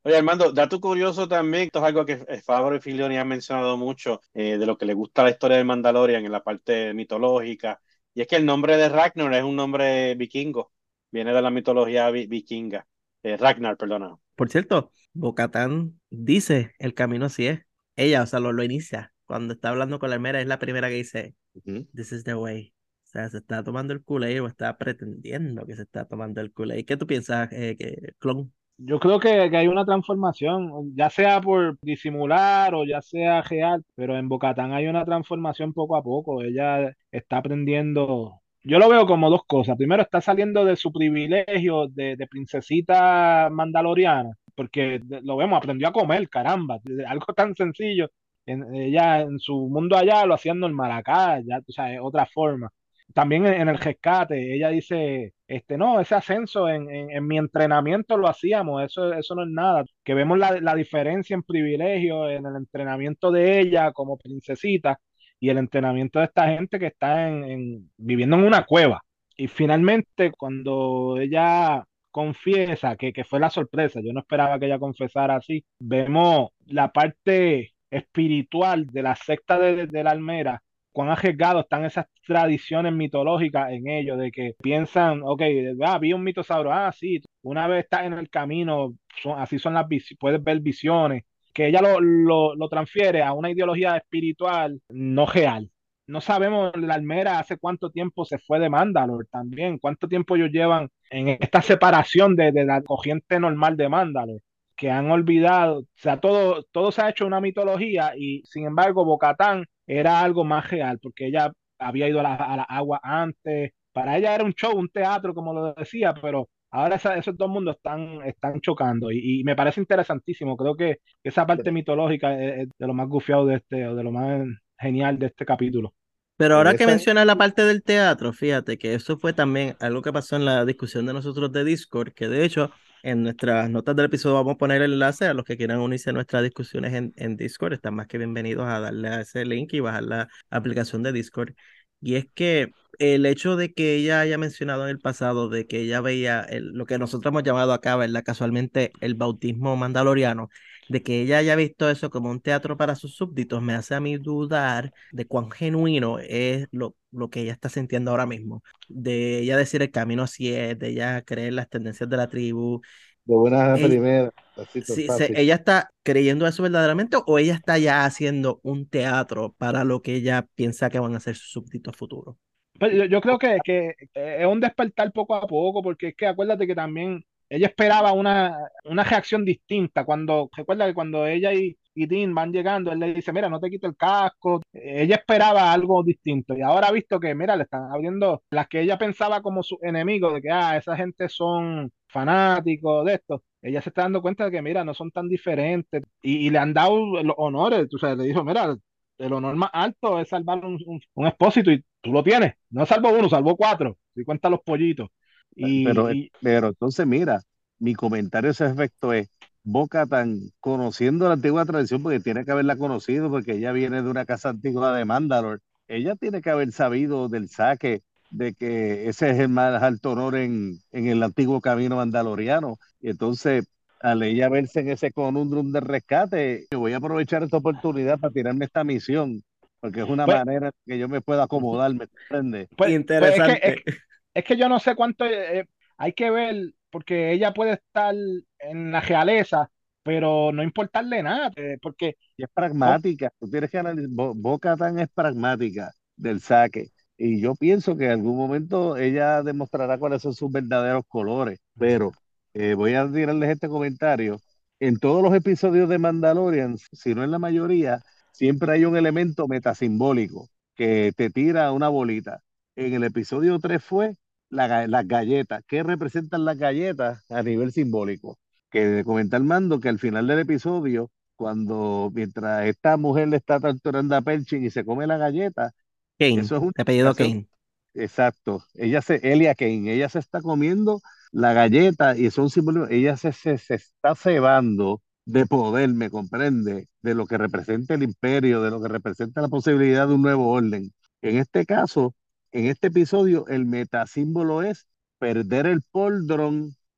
Oye, Armando, dato curioso también, esto es algo que eh, Favreau y Filoni han mencionado mucho, eh, de lo que le gusta la historia de Mandalorian en la parte mitológica, y es que el nombre de Ragnar es un nombre vikingo, viene de la mitología vi- vikinga, eh, Ragnar, perdona. Por cierto, Bocatán dice el camino así es. Ella, o sea, lo, lo inicia. Cuando está hablando con la hermera, es la primera que dice, Ujú. This is the way. O sea, se está tomando el Kool-Aid o está pretendiendo que se está tomando el Kool-Aid. ¿Qué tú piensas, eh, que, clon? Yo creo que, que hay una transformación, ya sea por disimular o ya sea real, pero en Bocatán hay una transformación poco a poco. Ella está aprendiendo. Yo lo veo como dos cosas. Primero, está saliendo de su privilegio de, de princesita mandaloriana, porque de- lo vemos, aprendió a comer, caramba, de- algo tan sencillo. En, ella en su mundo allá lo hacían normal, acá ya, o sea, es otra forma. También en, en el rescate, ella dice, este, no, ese ascenso en, en, en mi entrenamiento lo hacíamos, eso, eso no es nada. Que vemos la, la diferencia en privilegio en el entrenamiento de ella como princesita y el entrenamiento de esta gente que está en, en- viviendo en una cueva. Y finalmente, cuando ella confiesa, que, que fue la sorpresa, yo no esperaba que ella confesara así, vemos la parte espiritual de la secta de, de la Almera, cuán arriesgados están esas tradiciones mitológicas en ellos, de que piensan, ok, ah, vi un mitosauro, ah, sí, una vez estás en el camino, son- así son las visiones, puedes ver visiones, que ella lo, lo, lo transfiere a una ideología espiritual no real. No sabemos la Almera hace cuánto tiempo se fue de Mandalore también, cuánto tiempo ellos llevan en esta separación de, de la corriente normal de Mandalore, que han olvidado, o sea, todo, todo se ha hecho una mitología y sin embargo Bocatán era algo más real, porque ella había ido a la, a la agua antes, para ella era un show, un teatro, como lo decía, pero ahora esa- esos dos mundos están, están chocando y, y me parece interesantísimo, creo que esa parte mitológica es, es de lo más gufiado de este, o de lo más genial de este capítulo. Pero En ahora que esa, mencionas la parte del teatro, fíjate que eso fue también algo que pasó en la discusión de nosotros de Discord, que de hecho en nuestras notas del episodio vamos a poner el enlace a los que quieran unirse a nuestras discusiones en, en Discord. Están más que bienvenidos a darle a ese link y bajar la aplicación de Discord. Y es que el hecho de que ella haya mencionado en el pasado de que ella veía el- lo que nosotros hemos llamado acá, ¿verdad? Casualmente el bautismo mandaloriano, de que ella haya visto eso como un teatro para sus súbditos, me hace a mí dudar de cuán genuino es lo, lo que ella está sintiendo ahora mismo. De ella decir el camino así es, de ella creer las tendencias de la tribu. de buenas a Ella, primeras, así tan si se- fácil. ella está creyendo eso verdaderamente o ella está ya haciendo un teatro para lo que ella piensa que van a ser sus súbditos futuros. Pues yo, yo creo que, que es un despertar poco a poco, porque es que acuérdate que también ella esperaba una, una reacción distinta. Cuando, recuerda que cuando ella y, y Dean van llegando, él le dice, mira, no te quito el casco. Ella esperaba algo distinto. Y ahora ha visto que, mira, le están abriendo las que ella pensaba como sus enemigos, de que, ah, esa gente son fanáticos de esto. Ella se está dando cuenta de que, mira, no son tan diferentes. Y, y le han dado los honores. O sea, le dijo, mira, el honor más alto es salvar un, un, un expósito y tú lo tienes. No salvo uno, salvo cuatro. Si cuentan los pollitos. Pero, Y, y pero entonces, mira, mi comentario a ese respecto es, Bo-Katan, conociendo la antigua tradición, porque tiene que haberla conocido, porque ella viene de una casa antigua de Mandalore, ella tiene que haber sabido del saque, de que ese es el más alto honor en, en el antiguo camino mandaloriano. Y entonces, al ella verse en ese conundrum de rescate, yo voy a aprovechar esta oportunidad para tirarme esta misión, porque es una pues, manera que yo me pueda acomodar, ¿me entiendes? pues, pues es que es, Interesante. es que yo no sé cuánto eh, eh, hay que ver, porque ella puede estar en la realeza, pero no importarle nada, eh, porque Y es ¿cómo? pragmática. Tú tienes que analizar. Bo- Bo-Katan es pragmática del saque. Y yo pienso que en algún momento ella demostrará cuáles son sus verdaderos colores. Pero eh, voy a tirarles este comentario. En todos los episodios de Mandalorian, si no en la mayoría, siempre hay un elemento metasimbólico que te tira una bolita. En el episodio tres fue la ga- las galletas. ¿Qué representan las galletas a nivel simbólico? Que comenta el mando que al final del episodio cuando mientras esta mujer le está torturando a Pershing y se come la galleta, Kane, eso es una de apellido indicación, Kane. exacto, ella se, Elia Kane, ella se está comiendo la galleta y eso es un símbolo, ella se, se, se está cebando de poder, ¿me comprende? De lo que representa el imperio, de lo que representa la posibilidad de un nuevo orden. En este caso, en este episodio, el metasímbolo es perder el poldrón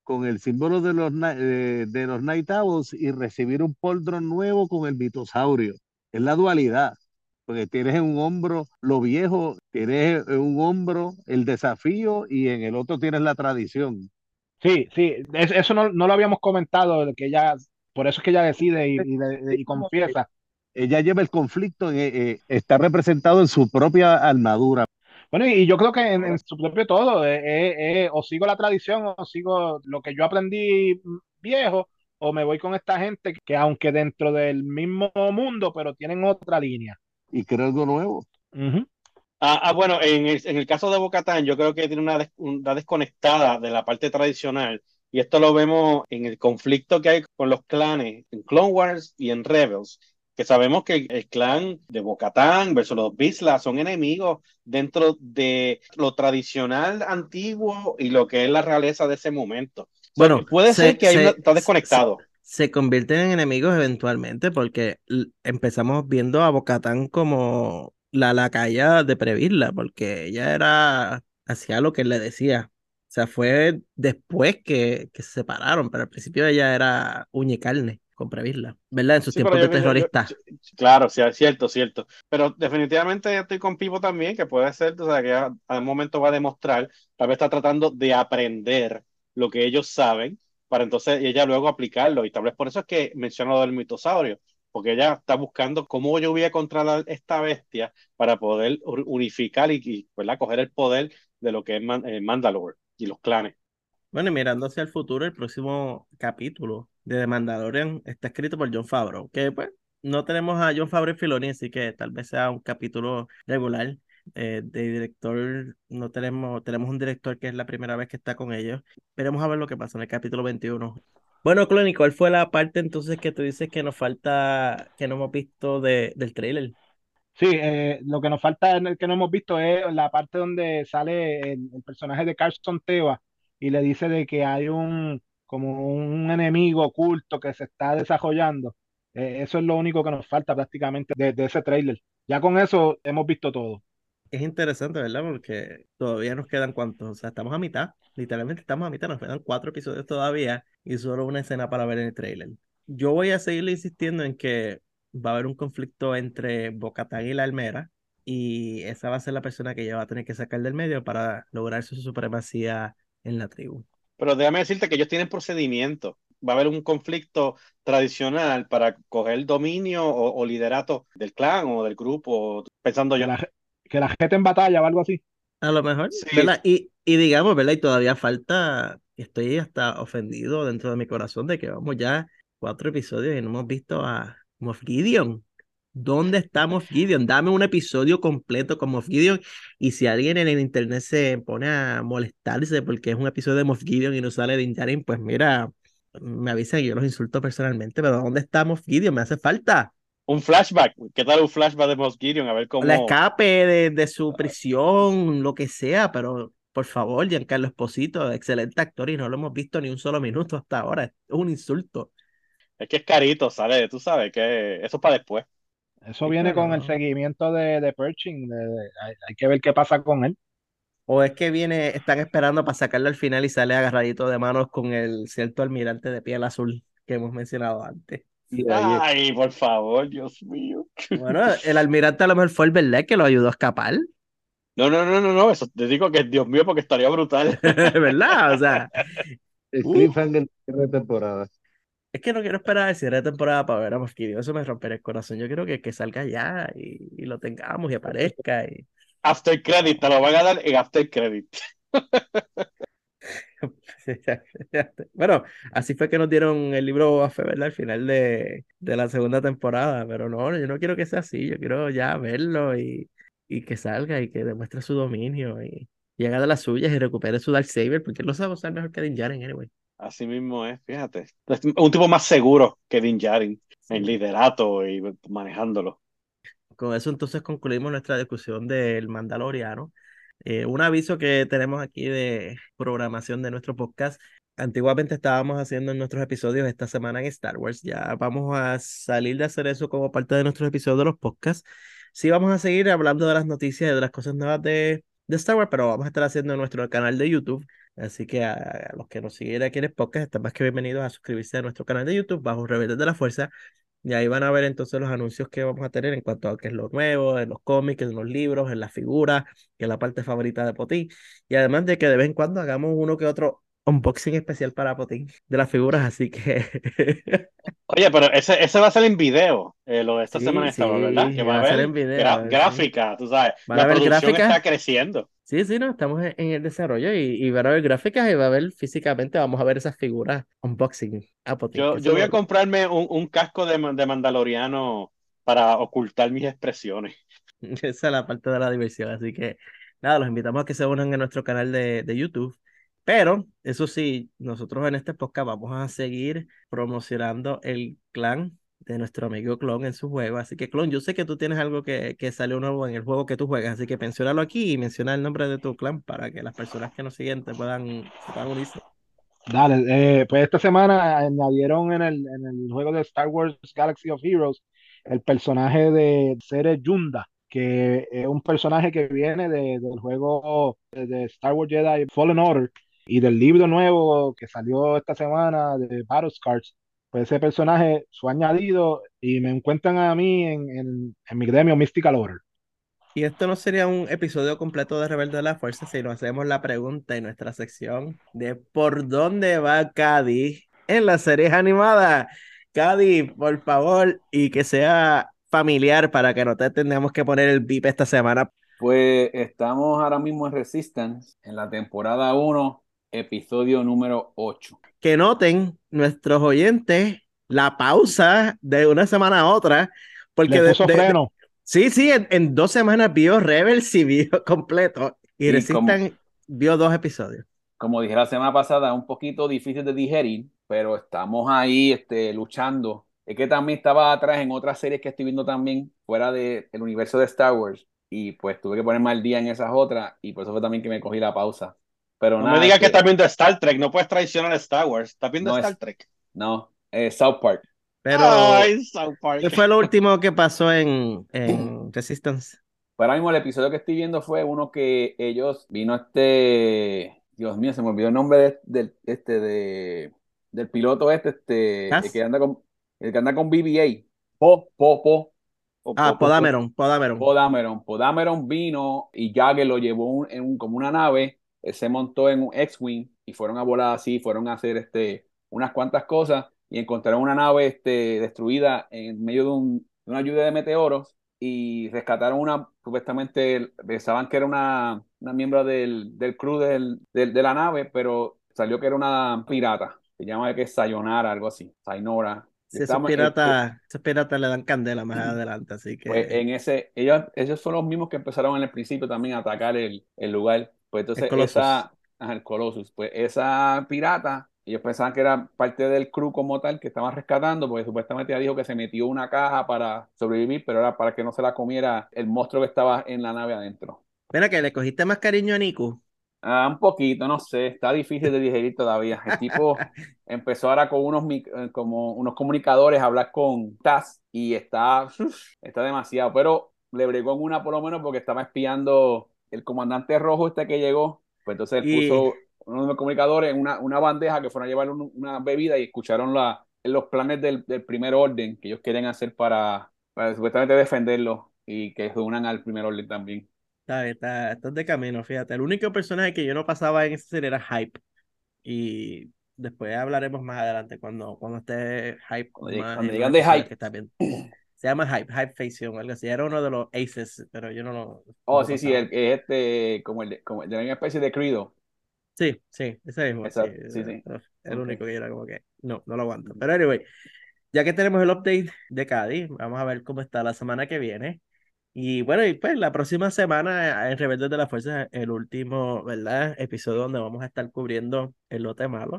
con el símbolo de los, na- eh, de los Night Owls y recibir un Poldron nuevo con el mitosaurio. Es la dualidad, porque tienes en un hombro lo viejo, tienes en un hombro el desafío y en el otro tienes la tradición. Sí, sí, es- eso no, no lo habíamos comentado, de que ella, por eso es que ella decide y, y, le- Es y como que confiesa. ella lleva el conflicto, en, eh, eh, está representado en su propia armadura. Bueno, y, y yo creo que en, en su propio todo, eh, eh, eh, o sigo la tradición, o sigo lo que yo aprendí mm, viejo, o me voy con esta gente que aunque dentro del mismo mundo, pero tienen otra línea. Y creo algo nuevo. Ujú. Ah, ah, bueno, en el, en el caso de Bo-Katan, yo creo que tiene una, des- una desconectada de la parte tradicional. Y esto lo vemos en el conflicto que hay con los clanes en Clone Wars y en Rebels. Que sabemos que el clan de Bo-Katan versus los Bisla son enemigos dentro de lo tradicional antiguo y lo que es la realeza de ese momento. So, Bueno, puede ser se, que hay una, se, está se, desconectado. se convierten en enemigos eventualmente porque l- empezamos viendo a Bo-Katan como la lacaya de Previrla, porque ella era, hacía lo que él le decía. O sea, fue después que, que se separaron, pero al principio ella era uña y carne con Previrla, ¿verdad? En sus Sí, pero tiempos de yo, yo, yo- terrorista. yo- claro, sí, es cierto, cierto. Pero definitivamente yo estoy con Pipo también, que puede ser, o sea, que a, a un momento va a demostrar, tal vez está tratando de aprender lo que ellos saben, para entonces ella luego aplicarlo. Y tal vez por eso es que menciono lo del mitosaurio, porque ella está buscando cómo yo voy a controlar esta bestia para poder u- unificar y, y, ¿verdad? Coger el poder de lo que es Man- eh, Mandalore y los clanes. Bueno, y mirando hacia el futuro, el próximo capítulo de The Mandalorian está escrito por Jon Favreau, que pues no tenemos a Jon Favreau y Filoni, así que tal vez sea un capítulo regular. Eh, de director, no tenemos, tenemos un director que es la primera vez que está con ellos. Veremos a ver lo que pasa en el capítulo veintiuno. Bueno, Clony, ¿cuál fue la parte entonces que tú dices que nos falta, que no hemos visto de, del trailer? Sí, eh, lo que nos falta, en el que no hemos visto, es la parte donde sale el, el personaje de Carson Teva y le dice de que hay un, como un enemigo oculto que se está desarrollando. Eh, eso es lo único que nos falta prácticamente de, de ese tráiler. Ya con eso hemos visto todo. Es interesante, ¿verdad? Porque todavía nos quedan cuantos, o sea, estamos a mitad, literalmente estamos a mitad, nos quedan cuatro episodios todavía y solo una escena para ver en el trailer. Yo voy a seguirle insistiendo en que va a haber un conflicto entre Bo-Katan y la Almera y esa va a ser la persona que ella va a tener que sacar del medio para lograr su supremacía en la tribu. Pero déjame decirte que ellos tienen procedimientos. Va a haber un conflicto tradicional para coger el dominio o, o liderato del clan o del grupo, pensando Que yo. la, que la gente en batalla o algo así. A lo mejor, Sí, ¿verdad? Y, y digamos, ¿verdad? Y todavía falta, estoy hasta ofendido dentro de mi corazón de que vamos ya cuatro episodios y no hemos visto a Moff Gideon. ¿Dónde está Moff Gideon? Dame un episodio completo con Moff Gideon. Y si alguien en el internet se pone a molestarse porque es un episodio de Moff Gideon y no sale Din Djarin, pues mira, me avisan y yo los insulto personalmente, pero ¿dónde está Moff Gideon? Me hace falta. un flashback. ¿Qué tal un flashback de Mos Gideon? A ver La cómo. escape de, de su prisión, lo que sea, pero por favor, Giancarlo Esposito, excelente actor y no lo hemos visto ni un solo minuto hasta ahora. Es un insulto. Es que es carito, sale. Tú sabes que eso es para después. Eso Chico, viene con el no. seguimiento de, de Pershing. de- de- hay, hay que ver qué pasa con él. O es que viene, están esperando para sacarlo al final y sale agarradito de manos con el cierto almirante de piel azul que hemos mencionado antes. Y ahí es Ay, por favor, Dios mío. Bueno, el almirante a lo mejor fue el verdad que lo ayudó a escapar, No, no, no, no, no. Eso te digo que Dios mío, porque estaría brutal. ¿verdad? O sea, el uh, cliffhanger de cierre de temporada. es que no quiero esperar el cierre de temporada para ver a Moff Gideon, eso me rompería el corazón. Yo quiero que, que salga ya y, y lo tengamos y aparezca. Y... After credit, te lo van a dar en after credit. Bueno, así fue que nos dieron el libro Boba Fett, ¿verdad? Al final de, de la segunda temporada, pero no, yo no quiero que sea así, yo quiero ya verlo y, y que salga y que demuestre su dominio y, y haga de las suyas y recupere su Darksaber, porque él lo sabe usar mejor que Din Djarin, anyway. Así mismo es, fíjate. Es un tipo más seguro que Din Djarin en Sí. liderato y manejándolo. Con eso entonces concluimos nuestra discusión del Mandaloriano. Eh, un aviso que tenemos aquí de programación de nuestro podcast. Antiguamente estábamos haciendo en nuestros episodios esta semana en Star Wars. Ya vamos a salir de hacer eso como parte de nuestros episodios de los podcasts. Sí, vamos a seguir hablando de las noticias y de las cosas nuevas de de Star Wars, pero vamos a estar haciendo en nuestro canal de YouTube. Así que a, a los que nos siguen aquí en el podcast, están más que bienvenidos a suscribirse a nuestro canal de YouTube bajo Rebeldes de la Fuerza. Y ahí van a ver entonces los anuncios que vamos a tener en cuanto a qué es lo nuevo, en los cómics, en los libros, en las figuras, que es la parte favorita de Potín. Y además de que de vez en cuando hagamos uno que otro unboxing especial para Potín de las figuras, así que Oye, pero ese, ese va a ser en video, eh, lo de esta semana sí, de Star Wars, ¿verdad? sí, Que va a va a ser haber en video, gra- eh, sí. gráfica, tú sabes. Van a La ver producción gráficas. está creciendo. Sí, sí, no, estamos en, en el desarrollo y, y van a ver gráficas y va a ver físicamente, vamos a ver esas figuras unboxing a Potín, Yo, que yo voy a eso, comprarme un, un casco de, ma- de mandaloriano para ocultar mis expresiones. esa es la parte de la diversión, así que nada, los invitamos a que se unan a nuestro canal de, de YouTube, pero eso sí, nosotros en este podcast vamos a seguir promocionando el clan de nuestro amigo Clon en su juego, así que Clon, yo sé que tú tienes algo que, que salió nuevo en el juego que tú juegas, así que menciónalo aquí y menciona el nombre de tu clan para que las personas que nos siguen te puedan, se puedan unirse. Dale, eh, pues esta semana añadieron en el, en el juego de Star Wars Galaxy of Heroes el personaje de Cere Yunda, que es un personaje que viene de- del juego de, de Star Wars Jedi Fallen Order y del libro nuevo que salió esta semana de Battle Scars. Pues ese personaje fue añadido y me encuentran a mí en, en, en mi gremio Mystical Order. Y esto no sería un episodio completo de Rebelde de la Fuerza si no hacemos la pregunta en nuestra sección de ¿por dónde va Cady en las series animadas? Cady, por favor, y que sea familiar para que no te tengamos que poner el bip esta semana. Pues estamos ahora mismo en Resistance, en la temporada uno, episodio número ocho. Que noten nuestros oyentes la pausa de una semana a otra, porque Le de, puso de- de- freno. sí, sí, en, en dos semanas vio Rebels y vio completo, y Y como, Resistance vio dos episodios. como dije la semana pasada, un poquito difícil de digerir, pero estamos ahí este, luchando. Es que también estaba atrás en otras series que estoy viendo también fuera del universo de Star Wars y pues tuve que ponerme al día en esas otras y por eso fue también que me cogí la pausa. Pero No me nada, digas que este, estás viendo Star Trek, no puedes traicionar a Star Wars. ¿Estás viendo no Star es, Trek? no, eh, South Park. Pero, Ay, South Park. ¿qué fue lo último que pasó en, en Resistance? Pero ahora mismo el episodio que estoy viendo fue uno que ellos vino este, Dios mío, se me olvidó el nombre de- del este de del piloto este, este, el que ¿Cas? anda con el que anda con B B A. Po, po, po, po, Ah, po, po, po, Podameron, Podameron. po Dameron. Po Dameron vino y Jagger lo llevó un- en un- como una nave, él se montó en un X-Wing y fueron a volar así, fueron a hacer este unas cuantas cosas y encontraron una nave este, destruida en medio de, un, de una lluvia de meteoros y rescataron una, supuestamente pensaban que era una, una miembro del, del crew del, del- de la nave, pero salió que era una pirata, se llama que es Sayonara, algo así, Sayonara. Y Si esos estamos, eh, eh, piratas, esos piratas le dan candela más adelante, así pues que en ese, ellos, ellos son los mismos que empezaron en el principio también a atacar el, el lugar. Pues es entonces Colossus. esa, ajá, el Colossus, pues esa pirata, ellos pensaban que era parte del crew como tal, que estaban rescatando, porque supuestamente ella dijo que se metió una caja para sobrevivir, pero era para que no se la comiera el monstruo que estaba en la nave adentro. Mira que le cogiste más cariño a Niku. Ah, un poquito, no sé, está difícil de digerir todavía. El tipo empezó ahora con unos, mic- eh, como unos comunicadores a hablar con Taz y está, uf, está demasiado, pero le bregó en una por lo menos porque estaba espiando el comandante rojo este que llegó. Pues entonces él Y, puso uno de los comunicadores en una, una bandeja que fueron a llevar un- una bebida y escucharon la, los planes del, del primer orden que ellos quieren hacer para, para supuestamente defenderlo y que se unan al primer orden también. está, está, estás de camino, fíjate. El único personaje que yo no pasaba en esa serie era Hype. Y después hablaremos más adelante cuando, cuando esté Hype Cuando, lleg- más cuando en los llegan de episodios hype. que está viendo. Se llama Hype, Hype Faction, algo así. Era uno de los Aces, pero yo no lo, no Oh, lo sí, sí, el, pasaba. es este, como el de, como el de la misma especie de Credo. Sí, sí, ese mismo, sí. Exacto, sí, eh, sí. El Ok. único que yo era como que no, no lo aguanto. Pero anyway, ya que tenemos el update de Cádiz, vamos a ver cómo está la semana que viene. Y bueno, y pues la próxima semana en Rebeldes de la Fuerza, el último, ¿verdad? Episodio donde vamos a estar cubriendo el lote malo.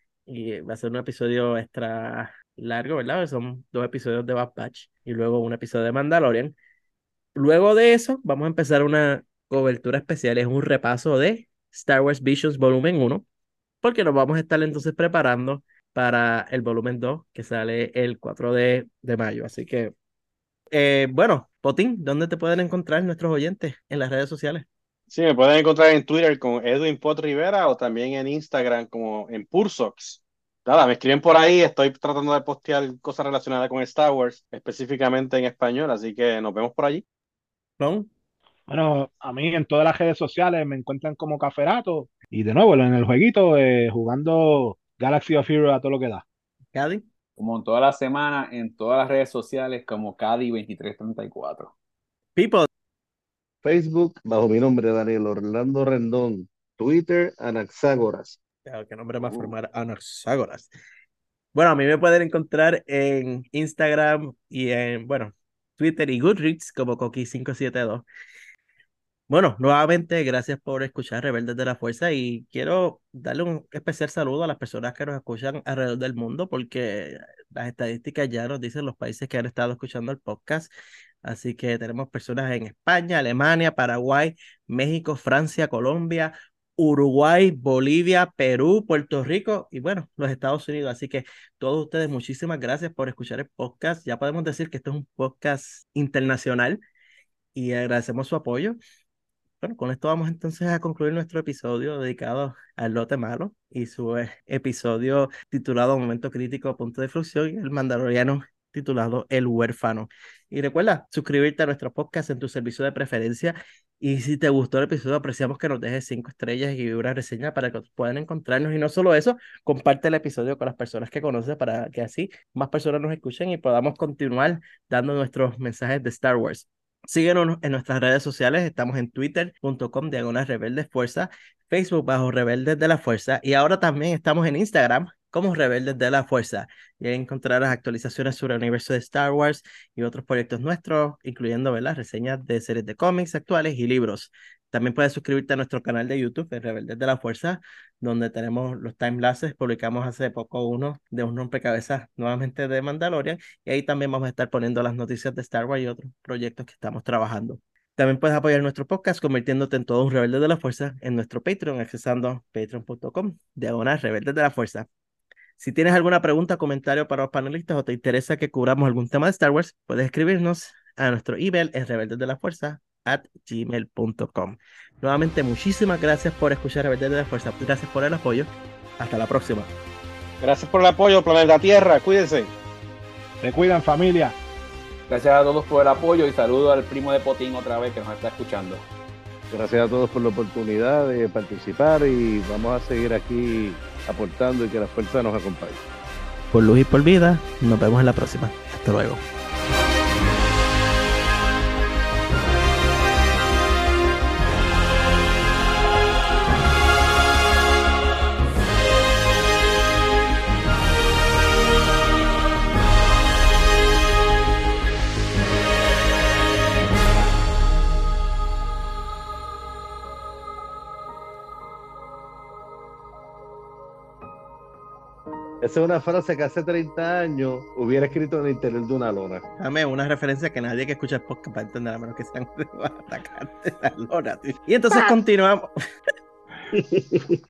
Y va a ser un episodio extra largo, ¿verdad? Son dos episodios de Bad Batch y luego un episodio de Mandalorian. Luego de eso, vamos a empezar una cobertura especial, es un repaso de Star Wars Visions Volumen uno, porque nos vamos a estar entonces preparando para el volumen dos, que sale el cuatro de, de mayo. Así que, eh, bueno, Potín, ¿dónde te pueden encontrar nuestros oyentes en las redes sociales? Sí, me pueden encontrar en Twitter con Edwin Pot Rivera o también en Instagram como en Pursox. Nada, me escriben por ahí, estoy tratando de postear cosas relacionadas con Star Wars, específicamente en español, así que nos vemos por allí. ¿No? Bueno, a mí en todas las redes sociales me encuentran como Caferato y de nuevo en el jueguito eh, jugando Galaxy of Heroes a todo lo que da. ¿Cady? Como en toda la semana, en todas las redes sociales, como Cadi veintitrés treinta y cuatro. People. Facebook, bajo mi nombre, Daniel Orlando Rendón. Twitter, Anaxágoras. Claro, qué nombre más Uh. formal, Anaxágoras. Bueno, a mí me pueden encontrar en Instagram y en, bueno, Twitter y Goodreads como Coqui cinco siete dos. Bueno, nuevamente, gracias por escuchar Rebeldes de la Fuerza y quiero darle un especial saludo a las personas que nos escuchan alrededor del mundo porque las estadísticas ya nos dicen los países que han estado escuchando el podcast. Así que tenemos personas en España, Alemania, Paraguay, México, Francia, Colombia, Uruguay, Bolivia, Perú, Puerto Rico y bueno, los Estados Unidos. Así que todos ustedes, muchísimas gracias por escuchar el podcast. Ya podemos decir que esto es un podcast internacional y agradecemos su apoyo. Bueno, con esto vamos entonces a concluir nuestro episodio dedicado al lote malo y su eh, episodio titulado Momento Crítico, Punto de Fluxión y el Mandaloriano titulado El Huérfano. Y recuerda suscribirte a nuestro podcast en tu servicio de preferencia y si te gustó el episodio apreciamos que nos dejes cinco estrellas y una reseña para que puedan encontrarnos y no solo eso, comparte el episodio con las personas que conoces para que así más personas nos escuchen y podamos continuar dando nuestros mensajes de Star Wars. Síguenos en nuestras redes sociales, estamos en twitter punto com diagonal Rebeldes Fuerza, Facebook bajo Rebeldes de la Fuerza y ahora también estamos en Instagram como Rebeldes de la Fuerza. Y ahí encontrarás actualizaciones sobre el universo de Star Wars y otros proyectos nuestros, incluyendo ¿verdad? reseñas de series de cómics actuales y libros. También puedes suscribirte a nuestro canal de YouTube, de Rebeldes de la Fuerza, donde tenemos los timelapses. Publicamos hace poco uno de un rompecabezas nuevamente de Mandalorian. Y ahí también vamos a estar poniendo las noticias de Star Wars y otros proyectos que estamos trabajando. También puedes apoyar nuestro podcast convirtiéndote en todo un rebelde de la fuerza en nuestro Patreon, accesando patreon punto com diagonal Rebeldes de la Fuerza. Si tienes alguna pregunta o comentario para los panelistas o te interesa que cubramos algún tema de Star Wars, puedes escribirnos a nuestro email en rebeldesdelafuerza at gmail punto com. Nuevamente, muchísimas gracias por escuchar Rebeldes de la Fuerza. Gracias por el apoyo. Hasta la próxima. Gracias por el apoyo, Planeta Tierra. Cuídense. Se cuidan, familia. Gracias a todos por el apoyo y saludo al primo de Potín otra vez que nos está escuchando. Gracias a todos por la oportunidad de participar y vamos a seguir aquí aportando y que la fuerza nos acompañe. Por luz y por vida, nos vemos en la próxima. Hasta luego. Esa es una frase que hace treinta años hubiera escrito en el interior de una lona. Dame una referencia que nadie que escucha el podcast va a entender, a menos que sean atacantes de la lona. Tío. Y entonces continuamos.